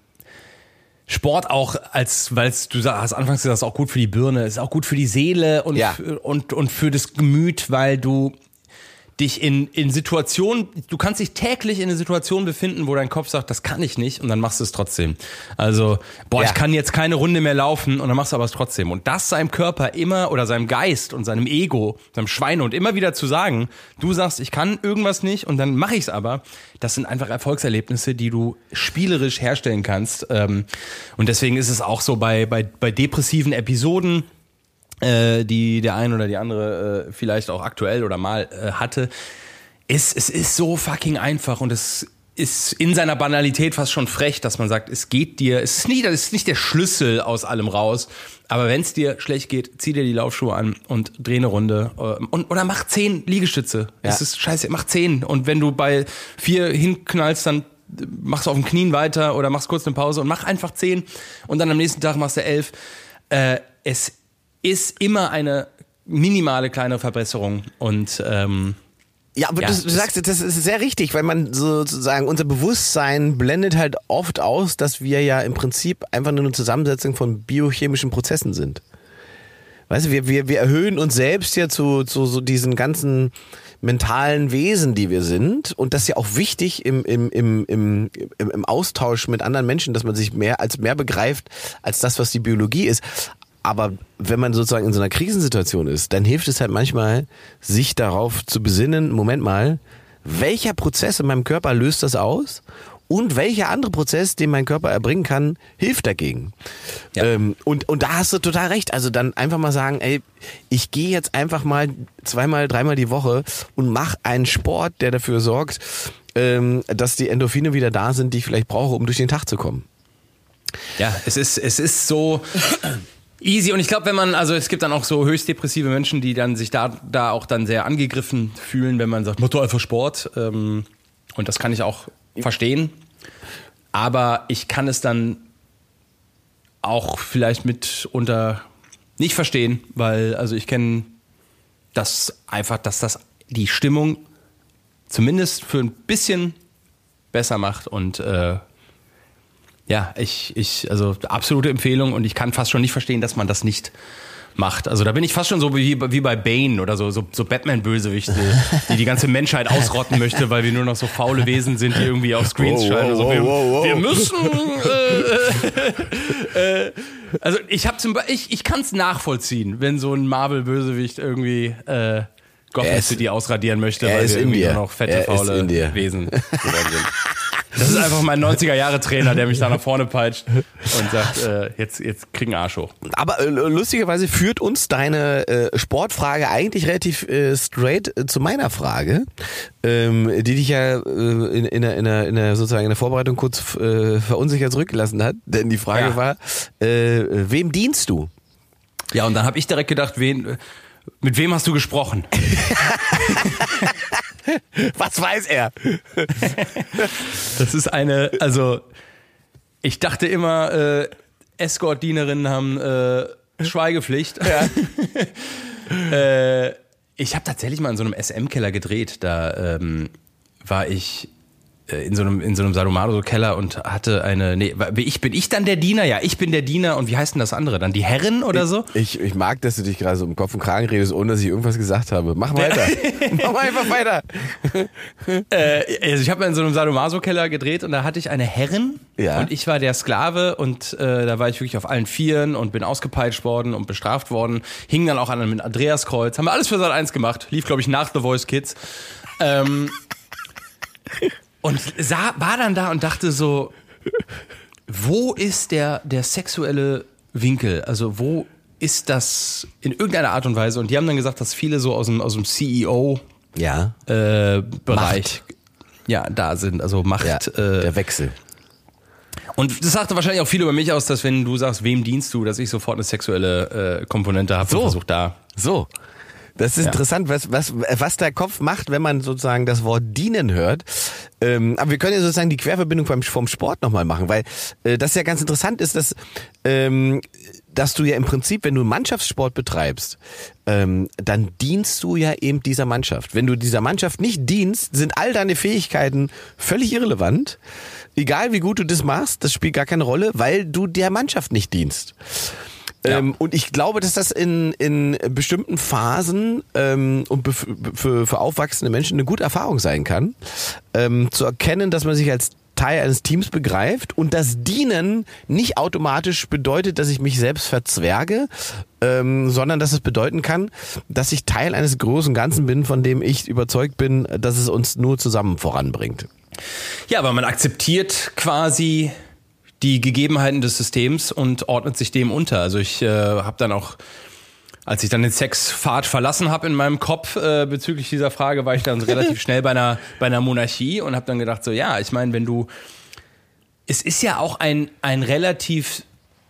Speaker 1: Sport auch als, weil du sagst, anfangs gesagt, ist auch gut für die Birne, ist auch gut für die Seele und,
Speaker 2: ja.
Speaker 1: und, und für das Gemüt, weil du dich in, in Situationen, du kannst dich täglich in eine Situation befinden, wo dein Kopf sagt, das kann ich nicht und dann machst du es trotzdem. Also, boah,
Speaker 2: ja.
Speaker 1: ich kann jetzt keine Runde mehr laufen und dann machst du aber es trotzdem. Und das seinem Körper immer oder seinem Geist und seinem Ego, seinem Schweinehund immer wieder zu sagen, du sagst, ich kann irgendwas nicht und dann mache ich es aber, das sind einfach Erfolgserlebnisse, die du spielerisch herstellen kannst. Und deswegen ist es auch so bei, bei, bei depressiven Episoden, die der ein oder die andere äh, vielleicht auch aktuell oder mal äh, hatte, ist, es ist so fucking einfach und es ist in seiner Banalität fast schon frech, dass man sagt, es geht dir, es ist nicht, es ist nicht der Schlüssel aus allem raus, aber wenn es dir schlecht geht, zieh dir die Laufschuhe an und dreh eine Runde äh, und, oder mach zehn Liegestütze. Ja. Es ist scheiße, mach zehn und wenn du bei vier hinknallst, dann machst du auf den Knien weiter oder machst kurz eine Pause und mach einfach zehn und dann am nächsten Tag machst du elf. Äh, es ist immer eine minimale kleine Verbesserung und ähm,
Speaker 2: ja, aber
Speaker 1: ja,
Speaker 2: du, du sagst, das ist sehr richtig, weil man sozusagen, unser Bewusstsein blendet halt oft aus, dass wir ja im Prinzip einfach nur eine Zusammensetzung von biochemischen Prozessen sind. Weißt du, wir, wir, wir erhöhen uns selbst ja zu, zu so diesen ganzen mentalen Wesen, die wir sind. Und das ist ja auch wichtig im, im, im, im, im, im Austausch mit anderen Menschen, dass man sich mehr als mehr begreift, als das, was die Biologie ist. Aber wenn man sozusagen in so einer Krisensituation ist, dann hilft es halt manchmal, sich darauf zu besinnen, Moment mal, welcher Prozess in meinem Körper löst das aus und welcher andere Prozess, den mein Körper erbringen kann, hilft dagegen. Ja. Ähm, und, und da hast du total recht. Also dann einfach mal sagen, ey, ich gehe jetzt einfach mal zweimal, dreimal die Woche und mache einen Sport, der dafür sorgt, ähm, dass die Endorphine wieder da sind, die ich vielleicht brauche, um durch den Tag zu kommen.
Speaker 1: Ja, es ist, es ist so easy und ich glaube, wenn man, also es gibt dann auch so höchst depressive Menschen, die dann sich da, da auch dann sehr angegriffen fühlen, wenn man sagt, mach doch einfach Sport. Und das kann ich auch verstehen. Aber ich kann es dann auch vielleicht mitunter nicht verstehen, weil, also ich kenne das einfach, dass das die Stimmung zumindest für ein bisschen besser macht und äh, ja, ich, ich, also absolute Empfehlung und ich kann fast schon nicht verstehen, dass man das nicht macht. Also da bin ich fast schon so wie, wie bei Bane oder so, so, so Batman-Bösewichte, die die ganze Menschheit ausrotten möchte, weil wir nur noch so faule Wesen sind, die irgendwie auf Screens
Speaker 2: wow,
Speaker 1: scheinen.
Speaker 2: Wow,
Speaker 1: so, wir,
Speaker 2: wow, wow.
Speaker 1: wir müssen, äh, äh, also ich habe zum Beispiel, ich, ich kann es nachvollziehen, wenn so ein Marvel-Bösewicht irgendwie äh, Gotham City ausradieren möchte, weil wir irgendwie nur noch fette, faule Wesen geworden sind. Das ist einfach mein neunziger-Jahre-Trainer, der mich da nach vorne peitscht und sagt, äh, jetzt, jetzt krieg einen Arsch hoch.
Speaker 2: Aber äh, lustigerweise führt uns deine äh, Sportfrage eigentlich relativ äh, straight äh, zu meiner Frage, ähm, die dich ja äh, in, in, der, in, der, in der sozusagen in der Vorbereitung kurz äh, verunsichert zurückgelassen hat. Denn die Frage ja. war, äh, wem dienst du?
Speaker 1: Ja, und dann habe ich direkt gedacht, wen, mit wem hast du gesprochen?
Speaker 2: Was weiß er?
Speaker 1: Das ist eine, also ich dachte immer, äh, Escort-Dienerinnen haben äh, Schweigepflicht. Ja. äh, ich habe tatsächlich mal in so einem S M-Keller gedreht. Da ähm, war ich in so einem in so einem Sadomaso-Keller und hatte eine, nee, ich bin ich dann der Diener? Ja, ich bin der Diener und wie heißt denn das andere dann? Die Herren oder so?
Speaker 2: Ich, ich, ich mag, dass du dich gerade so um Kopf und Kragen redest, ohne dass ich irgendwas gesagt habe. Mach weiter. Mach mal einfach weiter.
Speaker 1: äh, also ich habe mal in so einem Sadomaso-Keller gedreht und da hatte ich eine Herren ja. und ich war der Sklave und äh, da war ich wirklich auf allen Vieren und bin ausgepeitscht worden und bestraft worden. Hing dann auch an einem Andreaskreuz. Haben wir alles für Sat eins gemacht. Lief, glaube ich, nach The Voice Kids. Ähm... Und sah, war dann da und dachte so, wo ist der, der sexuelle Winkel? Also wo ist das in irgendeiner Art und Weise? Und die haben dann gesagt, dass viele so aus dem, aus dem C E O-Bereich
Speaker 2: ja.
Speaker 1: äh, ja, da sind. Also Macht.
Speaker 2: Ja,
Speaker 1: äh,
Speaker 2: der Wechsel.
Speaker 1: Und das sagte wahrscheinlich auch viel über mich aus, dass wenn du sagst, wem dienst du, dass ich sofort eine sexuelle äh, Komponente habe
Speaker 2: so.
Speaker 1: und versuche da
Speaker 2: So. Das ist ja. interessant, was, was, was der Kopf macht, wenn man sozusagen das Wort dienen hört. Ähm, aber wir können ja sozusagen die Querverbindung vom, vom Sport nochmal machen, weil äh, das ja ganz interessant ist, dass, ähm, dass du ja im Prinzip, wenn du Mannschaftssport betreibst, ähm, dann dienst du ja eben dieser Mannschaft. Wenn du dieser Mannschaft nicht dienst, sind all deine Fähigkeiten völlig irrelevant. Egal wie gut du das machst, das spielt gar keine Rolle, weil du der Mannschaft nicht dienst. Ja. Ähm, und ich glaube, dass das in, in bestimmten Phasen ähm, und bef- für, für aufwachsende Menschen eine gute Erfahrung sein kann, ähm, zu erkennen, dass man sich als Teil eines Teams begreift und das Dienen nicht automatisch bedeutet, dass ich mich selbst verzwerge, ähm, sondern dass es bedeuten kann, dass ich Teil eines großen Ganzen bin, von dem ich überzeugt bin, dass es uns nur zusammen voranbringt.
Speaker 1: Ja, aber man akzeptiert quasi die Gegebenheiten des Systems und ordnet sich dem unter. Also ich äh, habe dann auch, als ich dann den Sexpfad verlassen habe in meinem Kopf äh, bezüglich dieser Frage, war ich dann relativ schnell bei einer bei einer Monarchie und habe dann gedacht so, ja, ich meine, wenn du, es ist ja auch ein ein relativ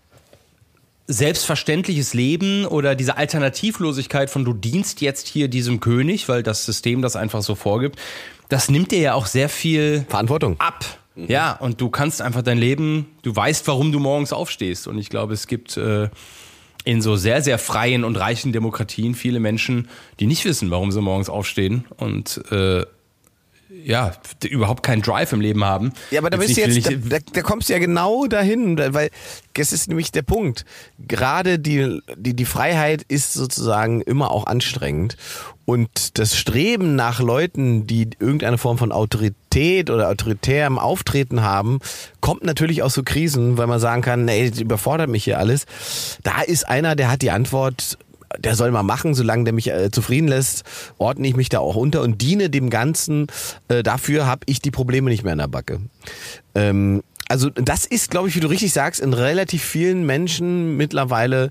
Speaker 1: selbstverständliches Leben oder diese Alternativlosigkeit von du dienst jetzt hier diesem König, weil das System das einfach so vorgibt, das nimmt dir ja auch sehr viel
Speaker 2: Verantwortung
Speaker 1: ab. Ja, und du kannst einfach dein Leben, du weißt, warum du morgens aufstehst. Und ich glaube, es gibt äh, in so sehr, sehr freien und reichen Demokratien viele Menschen, die nicht wissen, warum sie morgens aufstehen und äh, ja, überhaupt keinen Drive im Leben haben.
Speaker 2: Ja, aber da bist du jetzt, da, da, da kommst du ja genau dahin, weil das ist nämlich der Punkt. Gerade die, die, die Freiheit ist sozusagen immer auch anstrengend. Und das Streben nach Leuten, die irgendeine Form von Autorität oder autoritärem Auftreten haben, kommt natürlich aus so Krisen, weil man sagen kann, ey, das überfordert mich hier alles. Da ist einer, der hat die Antwort, der soll mal machen, solange der mich äh, zufrieden lässt, ordne ich mich da auch unter und diene dem Ganzen. Äh, dafür habe ich die Probleme nicht mehr in der Backe. Ähm, also das ist, glaube ich, wie du richtig sagst, in relativ vielen Menschen mittlerweile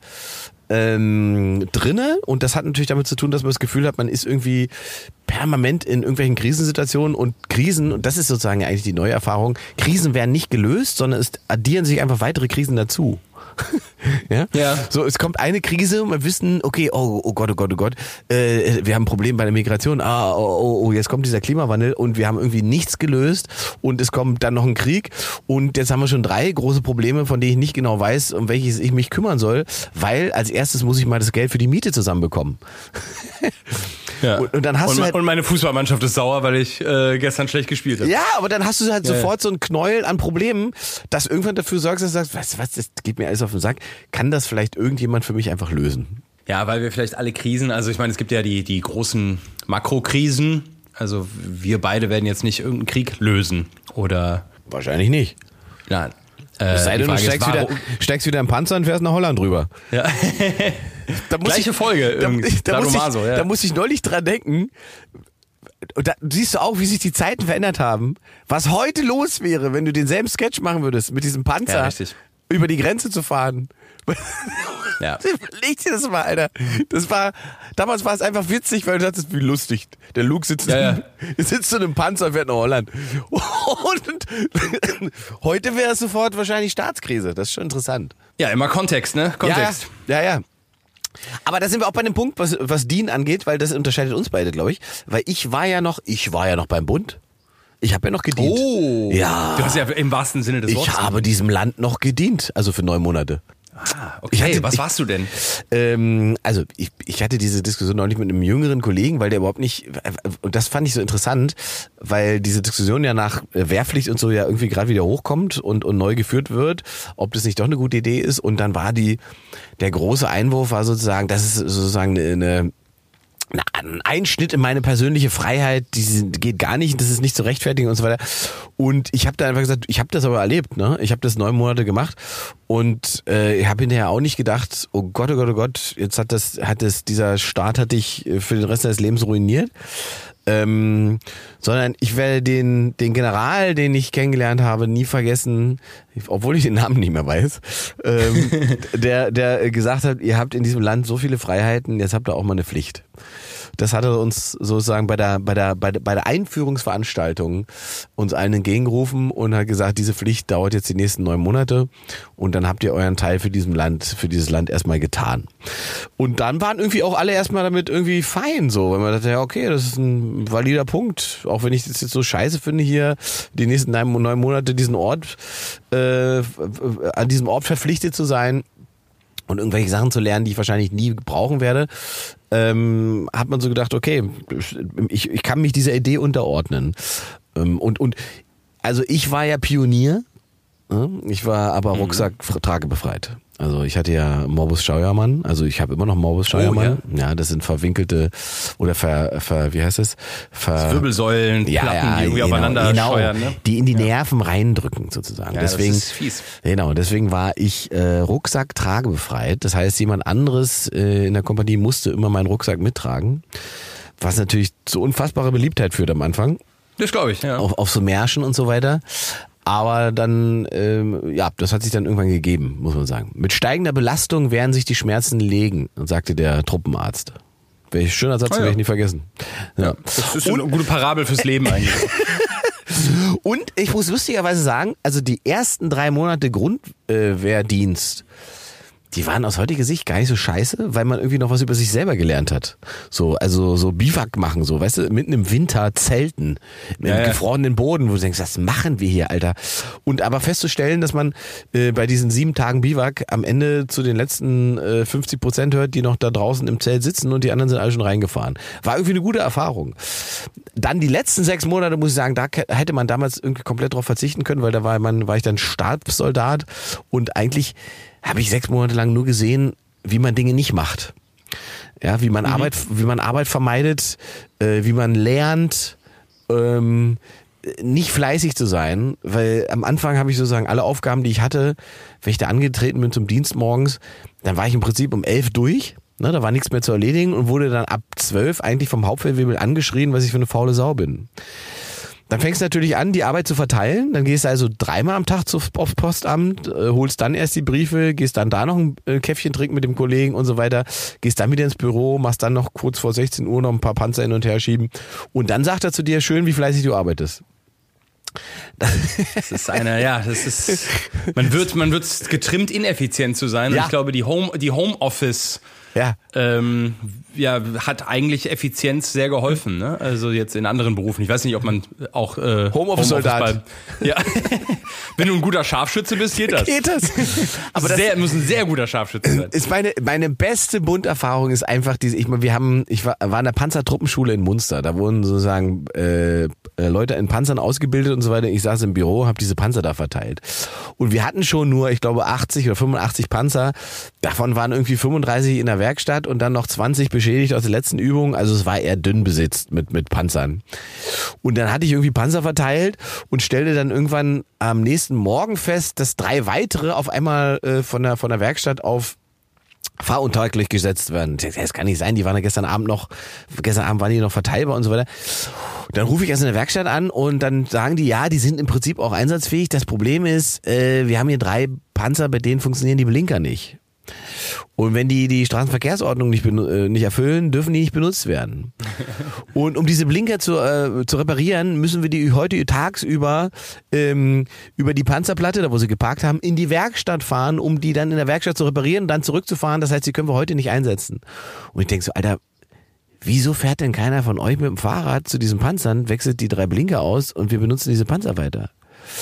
Speaker 2: ähm, drinne. Und das hat natürlich damit zu tun, dass man das Gefühl hat, man ist irgendwie permanent in irgendwelchen Krisensituationen und Krisen, und das ist sozusagen eigentlich die neue Erfahrung, Krisen werden nicht gelöst, sondern es addieren sich einfach weitere Krisen dazu. Ja? Ja. So, es kommt eine Krise und wir wissen, okay, oh, oh Gott, oh Gott, oh Gott, äh, wir haben ein Problem bei der Migration, ah, oh, oh, oh, jetzt kommt dieser Klimawandel und wir haben irgendwie nichts gelöst und es kommt dann noch ein Krieg und jetzt haben wir schon drei große Probleme, von denen ich nicht genau weiß, um welches ich mich kümmern soll, weil als erstes muss ich mal das Geld für die Miete zusammenbekommen.
Speaker 1: Ja.
Speaker 2: Und, und dann hast
Speaker 1: und,
Speaker 2: du halt,
Speaker 1: und meine Fußballmannschaft ist sauer, weil ich äh, gestern schlecht gespielt habe.
Speaker 2: Ja, aber dann hast du halt
Speaker 1: ja,
Speaker 2: sofort
Speaker 1: ja.
Speaker 2: so ein Knäuel an Problemen, das irgendwann dafür sorgst, dass du sagst, weißt du was, das geht mir alles auf den Sack. Kann das vielleicht irgendjemand für mich einfach lösen?
Speaker 1: Ja, weil wir vielleicht alle Krisen, also ich meine, es gibt ja die, die großen Makrokrisen, also wir beide werden jetzt nicht irgendeinen Krieg lösen oder...
Speaker 2: Wahrscheinlich nicht.
Speaker 1: Nein.
Speaker 2: Es sei denn, du steigst wieder, steigst wieder im Panzer und fährst nach Holland rüber.
Speaker 1: Ja.
Speaker 2: Da muss
Speaker 1: Gleiche
Speaker 2: ich,
Speaker 1: Folge.
Speaker 2: Da, da, muss ich,
Speaker 1: ja.
Speaker 2: da muss ich neulich dran denken. Und da siehst du auch, wie sich die Zeiten verändert haben. Was heute los wäre, wenn du denselben Sketch machen würdest, mit diesem Panzer
Speaker 1: ja,
Speaker 2: über die Grenze zu fahren.
Speaker 1: Ja.
Speaker 2: Überleg dir das mal, Alter. Das war, damals war es einfach witzig, weil du dachtest, wie lustig. Der Luke sitzt,
Speaker 1: ja, ja.
Speaker 2: in, sitzt in einem Panzer und fährt nach Holland. Und heute wäre es sofort wahrscheinlich Staatskrise. Das ist schon interessant.
Speaker 1: Ja, immer Kontext, ne? Kontext.
Speaker 2: Ja, ja. ja. Aber da sind wir auch bei dem Punkt, was, was DIN angeht, weil das unterscheidet uns beide, glaube ich. Weil ich war ja noch, ich war ja noch beim Bund. Ich habe ja noch gedient.
Speaker 1: Oh.
Speaker 2: Ja.
Speaker 1: Du hast ja im wahrsten Sinne des Wortes.
Speaker 2: Ich habe diesem Land noch gedient, also für neun Monate.
Speaker 1: Ah, okay.
Speaker 2: Ich hatte,
Speaker 1: Was
Speaker 2: ich,
Speaker 1: warst du denn?
Speaker 2: Ähm, also ich, ich hatte diese Diskussion neulich mit einem jüngeren Kollegen, weil der überhaupt nicht, und das fand ich so interessant, weil diese Diskussion ja nach Wehrpflicht und so ja irgendwie gerade wieder hochkommt und, und neu geführt wird, ob das nicht doch eine gute Idee ist. Und dann war die, der große Einwurf war sozusagen, das ist sozusagen eine, eine ein Einschnitt in meine persönliche Freiheit, die geht gar nicht, das ist nicht zu rechtfertigen und so weiter. Und ich habe da einfach gesagt, ich habe das aber erlebt, ne? Ich habe das neun Monate gemacht und äh, ich habe hinterher auch nicht gedacht, oh Gott, oh Gott, oh Gott, jetzt hat das, hat das, dieser Staat hat dich für den Rest deines Lebens ruiniert. Ähm, sondern ich werde den, den General, den ich kennengelernt habe, nie vergessen, obwohl ich den Namen nicht mehr weiß, ähm, der, der gesagt hat, ihr habt in diesem Land so viele Freiheiten, jetzt habt ihr auch mal eine Pflicht. das hat er uns sozusagen bei der, bei der, bei der, bei der Einführungsveranstaltung uns allen entgegengerufen und hat gesagt, diese Pflicht dauert jetzt die nächsten neun Monate und dann habt ihr euren Teil für diesem Land, für dieses Land erstmal getan. Und dann waren irgendwie auch alle erstmal damit irgendwie fein, so, weil man dachte, ja, okay, das ist ein valider Punkt, auch wenn ich das jetzt so scheiße finde hier, die nächsten neun Monate diesen Ort, äh, an diesem Ort verpflichtet zu sein und irgendwelche Sachen zu lernen, die ich wahrscheinlich nie brauchen werde, ähm, hat man so gedacht, okay, ich, ich kann mich dieser Idee unterordnen. Ähm, und, und also ich war ja Pionier, ich war aber Rucksack-tragebefreit. Also ich hatte ja Morbus Scheuermann, also ich habe immer noch Morbus Scheuermann. Oh, ja. ja, das sind verwinkelte oder ver, ver wie heißt es? Ver,
Speaker 1: Wirbelsäulen,
Speaker 2: ja,
Speaker 1: Platten,
Speaker 2: ja,
Speaker 1: die irgendwie
Speaker 2: genau,
Speaker 1: aufeinander
Speaker 2: genau,
Speaker 1: scheuern, ne?
Speaker 2: Die in die Nerven ja. reindrücken sozusagen.
Speaker 1: Ja,
Speaker 2: deswegen,
Speaker 1: das ist fies.
Speaker 2: Genau, deswegen war ich äh, Rucksack-tragebefreit. Das heißt, jemand anderes äh, in der Kompanie musste immer meinen Rucksack mittragen, was natürlich zu unfassbarer Beliebtheit führt am Anfang.
Speaker 1: Das glaube ich, ja.
Speaker 2: Auf, auf so Märschen und so weiter. Aber dann, ähm, ja, das hat sich dann irgendwann gegeben, muss man sagen. Mit steigender Belastung werden sich die Schmerzen legen, sagte der Truppenarzt. Welch schöner Satz, oh, ja. werde ich nie vergessen. Ja.
Speaker 1: Ja, das ist eine gute Parabel fürs Leben eigentlich.
Speaker 2: Und ich muss lustigerweise sagen, also die ersten drei Monate Grundwehrdienst, die waren aus heutiger Sicht gar nicht so scheiße, weil man irgendwie noch was über sich selber gelernt hat. So, also so Biwak machen, so, weißt du, mitten im Winter zelten, mit
Speaker 1: ja,
Speaker 2: einem
Speaker 1: ja.
Speaker 2: gefrorenen Boden, wo du denkst, was machen wir hier, Alter? Und aber festzustellen, dass man äh, bei diesen sieben Tagen Biwak am Ende zu den letzten äh, fünfzig Prozent hört, die noch da draußen im Zelt sitzen und die anderen sind alle schon reingefahren. War irgendwie eine gute Erfahrung. Dann die letzten sechs Monate, muss ich sagen, da hätte man damals irgendwie komplett drauf verzichten können, weil da war man, war ich dann Stabssoldat und eigentlich habe ich sechs Monate lang nur gesehen, wie man Dinge nicht macht. Ja, wie man mhm. Arbeit, wie man Arbeit vermeidet, äh, wie man lernt, ähm, nicht fleißig zu sein, weil am Anfang habe ich sozusagen alle Aufgaben, die ich hatte, wenn ich da angetreten bin zum Dienst morgens, dann war ich im Prinzip um elf durch, ne, da war nichts mehr zu erledigen und wurde dann ab zwölf eigentlich vom Hauptfeldwebel angeschrien, was ich für eine faule Sau bin. Dann fängst du natürlich an, die Arbeit zu verteilen. Dann gehst du also dreimal am Tag aufs Postamt, äh, holst dann erst die Briefe, gehst dann da noch ein äh, Käffchen trinken mit dem Kollegen und so weiter, gehst dann wieder ins Büro, machst dann noch kurz vor sechzehn Uhr noch ein paar Panzer hin und her schieben und dann sagt er zu dir, schön, wie fleißig du arbeitest.
Speaker 1: Das ist eine, ja, das ist, man wird, man wird getrimmt, ineffizient zu sein. Und
Speaker 2: ja.
Speaker 1: ich glaube, die Home, die Homeoffice,
Speaker 2: ja.
Speaker 1: Ähm, ja, hat eigentlich Effizienz sehr geholfen, ne? Also jetzt in anderen Berufen. Ich weiß nicht, ob man auch äh,
Speaker 2: Homeoffice-Soldat.
Speaker 1: Ja. Wenn du ein guter Scharfschütze bist, geht das.
Speaker 2: Geht das?
Speaker 1: Aber das sehr, muss ein sehr guter Scharfschütze sein.
Speaker 2: Ist meine meine beste Bunderfahrung ist einfach diese. Ich meine, wir haben, ich war, war in der Panzertruppenschule in Munster. Da wurden sozusagen äh, Leute in Panzern ausgebildet und so weiter. Ich saß im Büro, habe diese Panzer da verteilt. Und wir hatten schon nur, ich glaube, achtzig oder fünfundachtzig Panzer. Davon waren irgendwie fünfunddreißig in der Werkstatt und dann noch zwanzig beschädigt aus der letzten Übung. Also es war eher dünn besetzt mit, mit Panzern. Und dann hatte ich irgendwie Panzer verteilt und stellte dann irgendwann am nächsten Morgen fest, dass drei weitere auf einmal äh, von der, von der Werkstatt auf fahruntauglich gesetzt werden. Das kann nicht sein, die waren ja gestern Abend noch, gestern Abend waren die noch verteilbar und so weiter. Dann rufe ich erst in der Werkstatt an und dann sagen die, ja, die sind im Prinzip auch einsatzfähig. Das Problem ist, äh, wir haben hier drei Panzer, bei denen funktionieren die Blinker nicht. Und wenn die die Straßenverkehrsordnung nicht, äh, nicht erfüllen, dürfen die nicht benutzt werden. Und um diese Blinker zu, äh, zu reparieren, müssen wir die heute tagsüber ähm, über die Panzerplatte, da wo sie geparkt haben, in die Werkstatt fahren, um die dann in der Werkstatt zu reparieren und dann zurückzufahren. Das heißt, die können wir heute nicht einsetzen. Und ich denke so, Alter, wieso fährt denn keiner von euch mit dem Fahrrad zu diesen Panzern, wechselt die drei Blinker aus und wir benutzen diese Panzer weiter?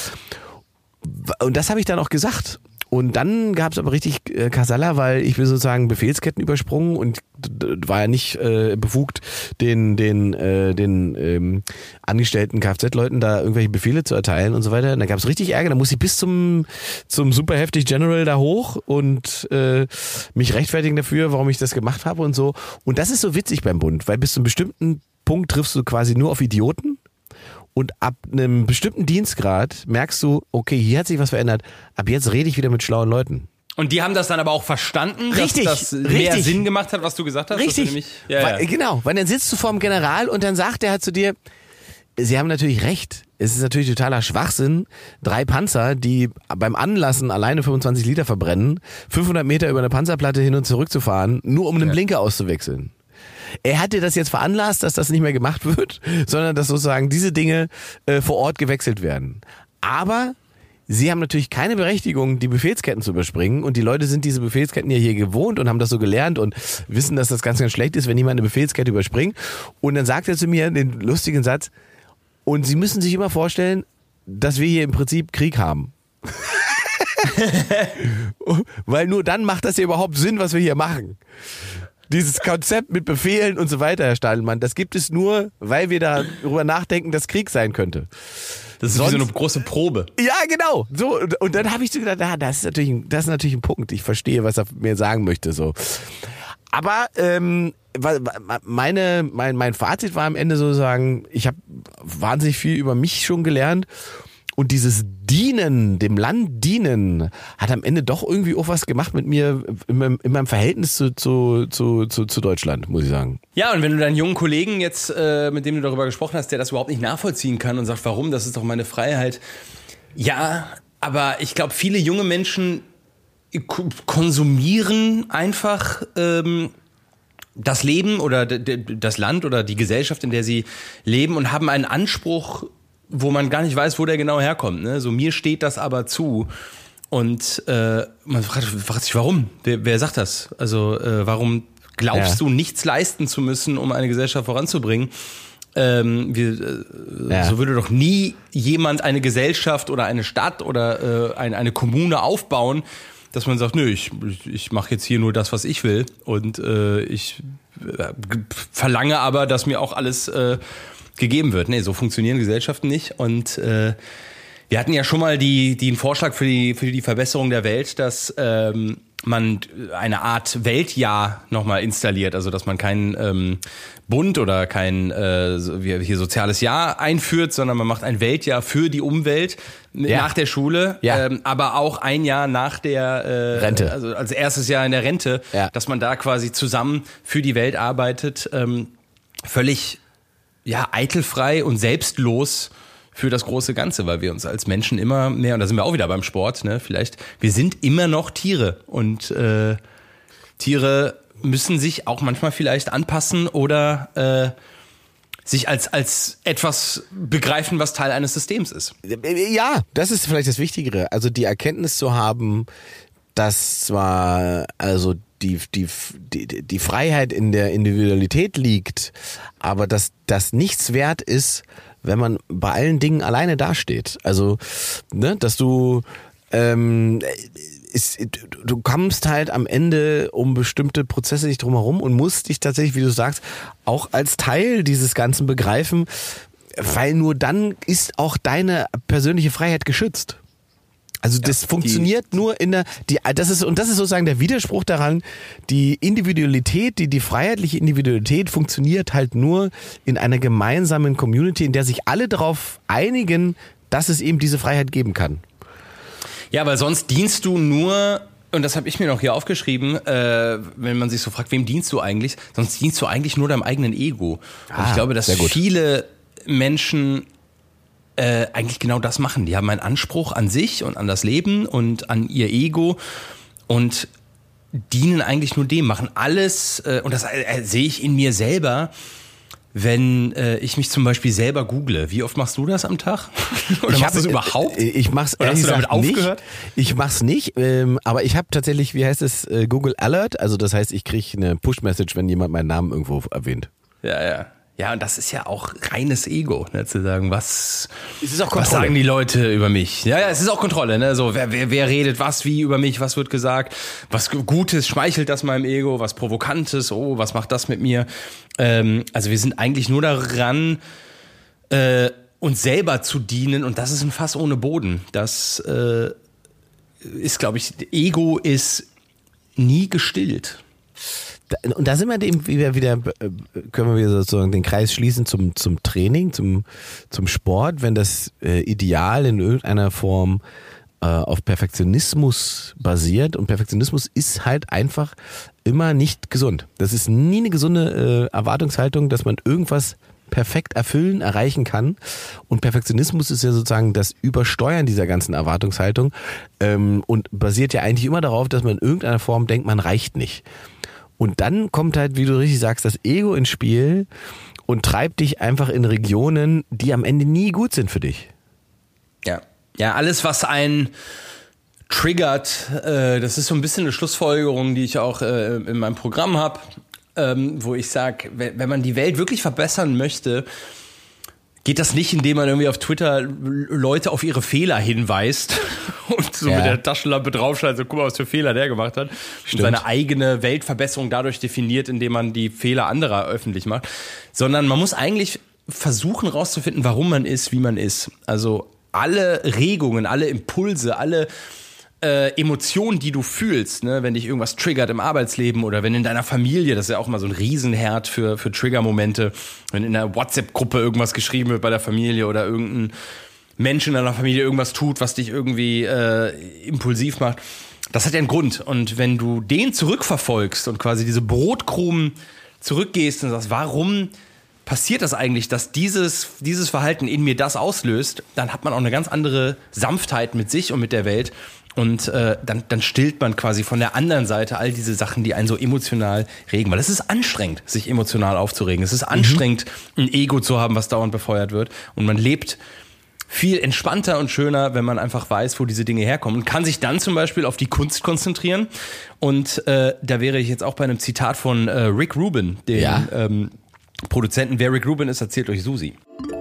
Speaker 2: Und das habe ich dann auch gesagt. Und dann gab es aber richtig äh, Kasala, weil ich bin sozusagen Befehlsketten übersprungen und d- d- war ja nicht äh, befugt, den den äh, den ähm, angestellten Kfz-Leuten da irgendwelche Befehle zu erteilen und so weiter. Und da gab es richtig Ärger. Da musste ich bis zum zum super heftig General da hoch und äh, mich rechtfertigen dafür, warum ich das gemacht habe und so. Und das ist so witzig beim Bund, weil bis zu einem bestimmten Punkt triffst du quasi nur auf Idioten. Und ab einem bestimmten Dienstgrad merkst du, okay, hier hat sich was verändert. Ab jetzt rede ich wieder mit schlauen Leuten.
Speaker 1: Und die haben das dann aber auch verstanden,
Speaker 2: richtig,
Speaker 1: dass das
Speaker 2: richtig.
Speaker 1: mehr Sinn gemacht hat, was du gesagt hast?
Speaker 2: Richtig,
Speaker 1: nämlich, ja,
Speaker 2: weil,
Speaker 1: ja.
Speaker 2: genau. Weil dann sitzt du vor dem General und dann sagt er halt zu dir, sie haben natürlich recht. Es ist natürlich totaler Schwachsinn, drei Panzer, die beim Anlassen alleine fünfundzwanzig Liter verbrennen, fünfhundert Meter über eine Panzerplatte hin und zurück zu fahren, nur um einen
Speaker 1: ja.
Speaker 2: Blinker auszuwechseln. Er hat dir das jetzt veranlasst, dass das nicht mehr gemacht wird, sondern dass sozusagen diese Dinge äh, vor Ort gewechselt werden. Aber sie haben natürlich keine Berechtigung, die Befehlsketten zu überspringen und die Leute sind diese Befehlsketten ja hier gewohnt und haben das so gelernt und wissen, dass das ganz, ganz schlecht ist, wenn jemand eine Befehlskette überspringt. Und dann sagt er zu mir den lustigen Satz, und Sie müssen sich immer vorstellen, dass wir hier im Prinzip Krieg haben. Weil nur dann macht das ja überhaupt Sinn, was wir hier machen. Dieses Konzept mit Befehlen und so weiter, Herr Stadelmann, das gibt es nur, weil wir darüber nachdenken, dass Krieg sein könnte.
Speaker 1: Das ist Sonst, wie so eine große Probe.
Speaker 2: Ja, genau. So, und dann habe ich so gedacht, ah, das ist natürlich, ein, das ist natürlich ein Punkt. Ich verstehe, was er mir sagen möchte. So. Aber ähm, meine, mein, mein Fazit war am Ende sozusagen, ich habe wahnsinnig viel über mich schon gelernt. Und dieses Dienen, dem Land dienen, hat am Ende doch irgendwie auch was gemacht mit mir in meinem, in meinem Verhältnis zu, zu, zu, zu, zu Deutschland, muss ich sagen.
Speaker 1: Ja, und wenn du deinen jungen Kollegen jetzt, äh, mit dem du darüber gesprochen hast, der das überhaupt nicht nachvollziehen kann und sagt, warum, das ist doch meine Freiheit. Ja, aber ich glaube, viele junge Menschen konsumieren einfach ähm, das Leben oder d- d- das Land oder die Gesellschaft, in der sie leben und haben einen Anspruch, wo man gar nicht weiß, wo der genau herkommt. Ne? So, mir steht das aber zu. Und äh, man fragt, fragt sich, warum? Wer, wer sagt das? Also äh, warum glaubst ja. du, nichts leisten zu müssen, um eine Gesellschaft voranzubringen? Ähm, wir, äh, ja. So würde doch nie jemand eine Gesellschaft oder eine Stadt oder äh, eine, eine Kommune aufbauen, dass man sagt, nö, ich, ich mache jetzt hier nur das, was ich will. Und äh, ich äh, verlange aber, dass mir auch alles äh, gegeben wird. Nee, so funktionieren Gesellschaften nicht. Und äh, wir hatten ja schon mal die, die einen Vorschlag für die, für die Verbesserung der Welt, dass ähm, man eine Art Weltjahr nochmal installiert. Also dass man kein ähm, Bund oder kein äh, wie hier soziales Jahr einführt, sondern man macht ein Weltjahr für die Umwelt ja. nach der Schule, ja. ähm, aber auch ein Jahr nach der äh,
Speaker 2: Rente.
Speaker 1: Also als erstes Jahr in der Rente, ja. dass man da quasi zusammen für die Welt arbeitet. Ähm, völlig ja, eitelfrei und selbstlos für das große Ganze, weil wir uns als Menschen immer mehr, und da sind wir auch wieder beim Sport, ne, vielleicht, wir sind immer noch Tiere und äh, Tiere müssen sich auch manchmal vielleicht anpassen oder äh, sich als, als etwas begreifen, was Teil eines Systems ist.
Speaker 2: Ja, das ist vielleicht das Wichtigere, also die Erkenntnis zu haben, dass zwar also die, die, die, die Freiheit in der Individualität liegt, aber dass das nichts wert ist, wenn man bei allen Dingen alleine dasteht. Also, ne, dass du ähm, ist, du kommst halt am Ende um bestimmte Prozesse nicht drumherum und musst dich tatsächlich, wie du sagst, auch als Teil dieses Ganzen begreifen, weil nur dann ist auch deine persönliche Freiheit geschützt. Also das ja, funktioniert die, nur in der, die, das ist, und das ist sozusagen der Widerspruch daran, die Individualität, die, die freiheitliche Individualität funktioniert halt nur in einer gemeinsamen Community, in der sich alle darauf einigen, dass es eben diese Freiheit geben kann.
Speaker 1: Ja, weil sonst dienst du nur, und das habe ich mir noch hier aufgeschrieben, äh, wenn man sich so fragt, wem dienst du eigentlich? Sonst dienst du eigentlich nur deinem eigenen Ego. Und ah, ich glaube, dass viele Menschen Äh, eigentlich genau das machen. Die haben einen Anspruch an sich und an das Leben und an ihr Ego und dienen eigentlich nur dem, machen alles, äh, und das äh, sehe ich in mir selber, wenn äh, ich mich zum Beispiel selber google. Wie oft machst du das am Tag? Oder
Speaker 2: ich
Speaker 1: machst du
Speaker 2: das
Speaker 1: überhaupt?
Speaker 2: Ich mach's
Speaker 1: Oder hast du damit aufgehört?
Speaker 2: Nicht. Ich mach's nicht, ähm, aber ich habe tatsächlich, wie heißt es, äh, Google Alert, also das heißt, ich kriege eine Push-Message, wenn jemand meinen Namen irgendwo erwähnt.
Speaker 1: Ja, ja. Ja, und das ist ja auch reines Ego, ne, zu sagen, was,
Speaker 2: es ist auch
Speaker 1: was sagen die Leute über mich? Ja, ja, es ist auch Kontrolle, ne, so, wer, wer, wer redet was, wie über mich, was wird gesagt, was Gutes schmeichelt das meinem Ego, was Provokantes, oh, was macht das mit mir? Ähm, also wir sind eigentlich nur daran, äh, uns selber zu dienen, und das ist ein Fass ohne Boden. Das äh, ist, glaube ich, Ego ist nie gestillt.
Speaker 2: Und da sind wir eben wieder, wieder, können wir wieder sozusagen den Kreis schließen zum, zum Training, zum, zum Sport, wenn das äh, Ideal in irgendeiner Form äh, auf Perfektionismus basiert, und Perfektionismus ist halt einfach immer nicht gesund. Das ist nie eine gesunde äh, Erwartungshaltung, dass man irgendwas perfekt erfüllen, erreichen kann, und Perfektionismus ist ja sozusagen das Übersteuern dieser ganzen Erwartungshaltung ähm, und basiert ja eigentlich immer darauf, dass man in irgendeiner Form denkt, man reicht nicht. Und dann kommt halt, wie du richtig sagst, das Ego ins Spiel und treibt dich einfach in Regionen, die am Ende nie gut sind für dich.
Speaker 1: Ja, ja, alles, was einen triggert, äh, das ist so ein bisschen eine Schlussfolgerung, die ich auch äh, in meinem Programm habe, ähm, wo ich sage, wenn, wenn man die Welt wirklich verbessern möchte, geht das nicht, indem man irgendwie auf Twitter Leute auf ihre Fehler hinweist und so ja. mit der Taschenlampe draufschaltet, so guck mal, was für Fehler der gemacht hat. Und seine eigene Weltverbesserung dadurch definiert, indem man die Fehler anderer öffentlich macht. Sondern man muss eigentlich versuchen rauszufinden, warum man ist, wie man ist. Also alle Regungen, alle Impulse, alle Äh, Emotionen, die du fühlst, ne, wenn dich irgendwas triggert im Arbeitsleben oder wenn in deiner Familie, das ist ja auch mal so ein Riesenherd für, für Triggermomente, wenn in einer WhatsApp-Gruppe irgendwas geschrieben wird bei der Familie oder irgendein Mensch in deiner Familie irgendwas tut, was dich irgendwie äh, impulsiv macht, das hat ja einen Grund. Und wenn du den zurückverfolgst und quasi diese Brotkrumen zurückgehst und sagst, warum passiert das eigentlich, dass dieses, dieses Verhalten in mir das auslöst, dann hat man auch eine ganz andere Sanftheit mit sich und mit der Welt. Und äh, dann, dann stillt man quasi von der anderen Seite all diese Sachen, die einen so emotional regen. Weil es ist anstrengend, sich emotional aufzuregen. Es ist anstrengend, mhm. ein Ego zu haben, was dauernd befeuert wird. Und man lebt viel entspannter und schöner, wenn man einfach weiß, wo diese Dinge herkommen. Und kann sich dann zum Beispiel auf die Kunst konzentrieren. Und äh, da wäre ich jetzt auch bei einem Zitat von äh, Rick Rubin, dem ja. ähm, Produzenten. Wer Rick Rubin ist, erzählt euch Susi.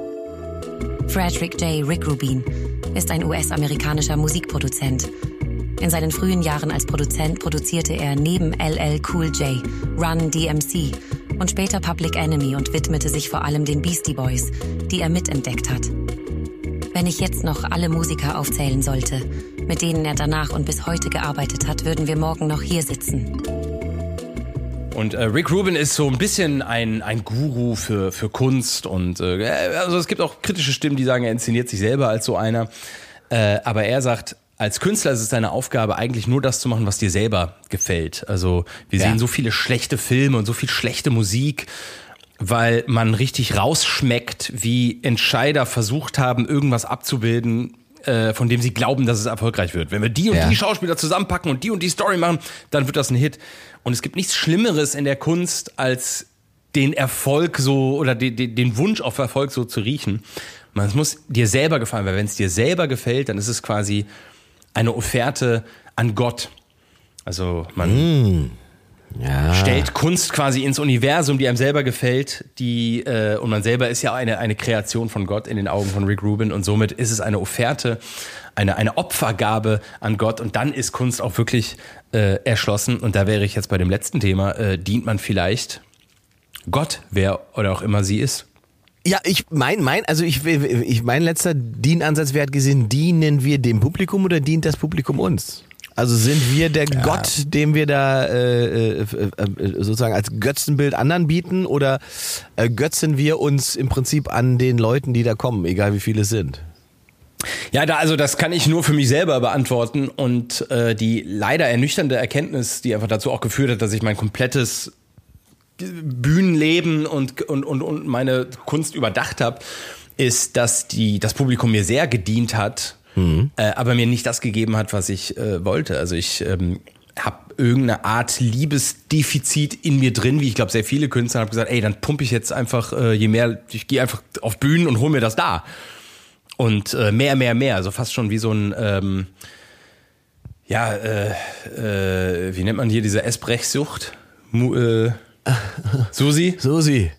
Speaker 3: Frederick J. Rick Rubin ist ein U S-amerikanischer Musikproduzent. In seinen frühen Jahren als Produzent produzierte er neben L L Cool J, Run D M C und später Public Enemy und widmete sich vor allem den Beastie Boys, die er mitentdeckt hat. Wenn ich jetzt noch alle Musiker aufzählen sollte, mit denen er danach und bis heute gearbeitet hat, würden wir morgen noch hier sitzen.
Speaker 1: Und äh, Rick Rubin ist so ein bisschen ein, ein Guru für, für Kunst und äh, also es gibt auch kritische Stimmen, die sagen, er inszeniert sich selber als so einer. Äh, aber er sagt, als Künstler ist es deine Aufgabe, eigentlich nur das zu machen, was dir selber gefällt. Also wir sehen ja. so viele schlechte Filme und so viel schlechte Musik, weil man richtig rausschmeckt, wie Entscheider versucht haben, irgendwas abzubilden, äh, von dem sie glauben, dass es erfolgreich wird. Wenn wir die und ja. die Schauspieler zusammenpacken und die und die Story machen, dann wird das ein Hit. Und es gibt nichts Schlimmeres in der Kunst, als den Erfolg so oder den, den, den Wunsch auf Erfolg so zu riechen. Es muss dir selber gefallen, weil wenn es dir selber gefällt, dann ist es quasi eine Offerte an Gott. Also man mm. ja. stellt Kunst quasi ins Universum, die einem selber gefällt, die äh, und man selber ist ja eine, eine Kreation von Gott in den Augen von Rick Rubin und somit ist es eine Offerte, eine, eine Opfergabe an Gott und dann ist Kunst auch wirklich äh, erschlossen und da wäre ich jetzt bei dem letzten Thema, äh, dient man vielleicht Gott, wer oder auch immer sie ist.
Speaker 2: Ja, ich mein, mein, also ich, ich mein letzter Dienansatz wäre gesehen, dienen wir dem Publikum oder dient das Publikum uns? Also sind wir der ja. Gott, dem wir da äh, äh, sozusagen als Götzenbild anderen bieten oder äh, götzen wir uns im Prinzip an den Leuten, die da kommen, egal wie viele es sind?
Speaker 1: Ja, da, also das kann ich nur für mich selber beantworten und äh, die leider ernüchternde Erkenntnis, die einfach dazu auch geführt hat, dass ich mein komplettes Bühnenleben und, und, und, und meine Kunst überdacht habe, ist, dass die, das Publikum mir sehr gedient hat, mhm. äh, aber mir nicht das gegeben hat, was ich äh, wollte. Also ich ähm, habe irgendeine Art Liebesdefizit in mir drin, wie ich glaube sehr viele Künstler, habe gesagt, ey, dann pumpe ich jetzt einfach, äh, je mehr, ich gehe einfach auf Bühnen und hole mir das da. Und äh, mehr, mehr, mehr, also fast schon wie so ein, ähm, ja, äh, äh, wie nennt man hier diese Essbrechsucht? Mu- äh, Susi?
Speaker 2: Susi.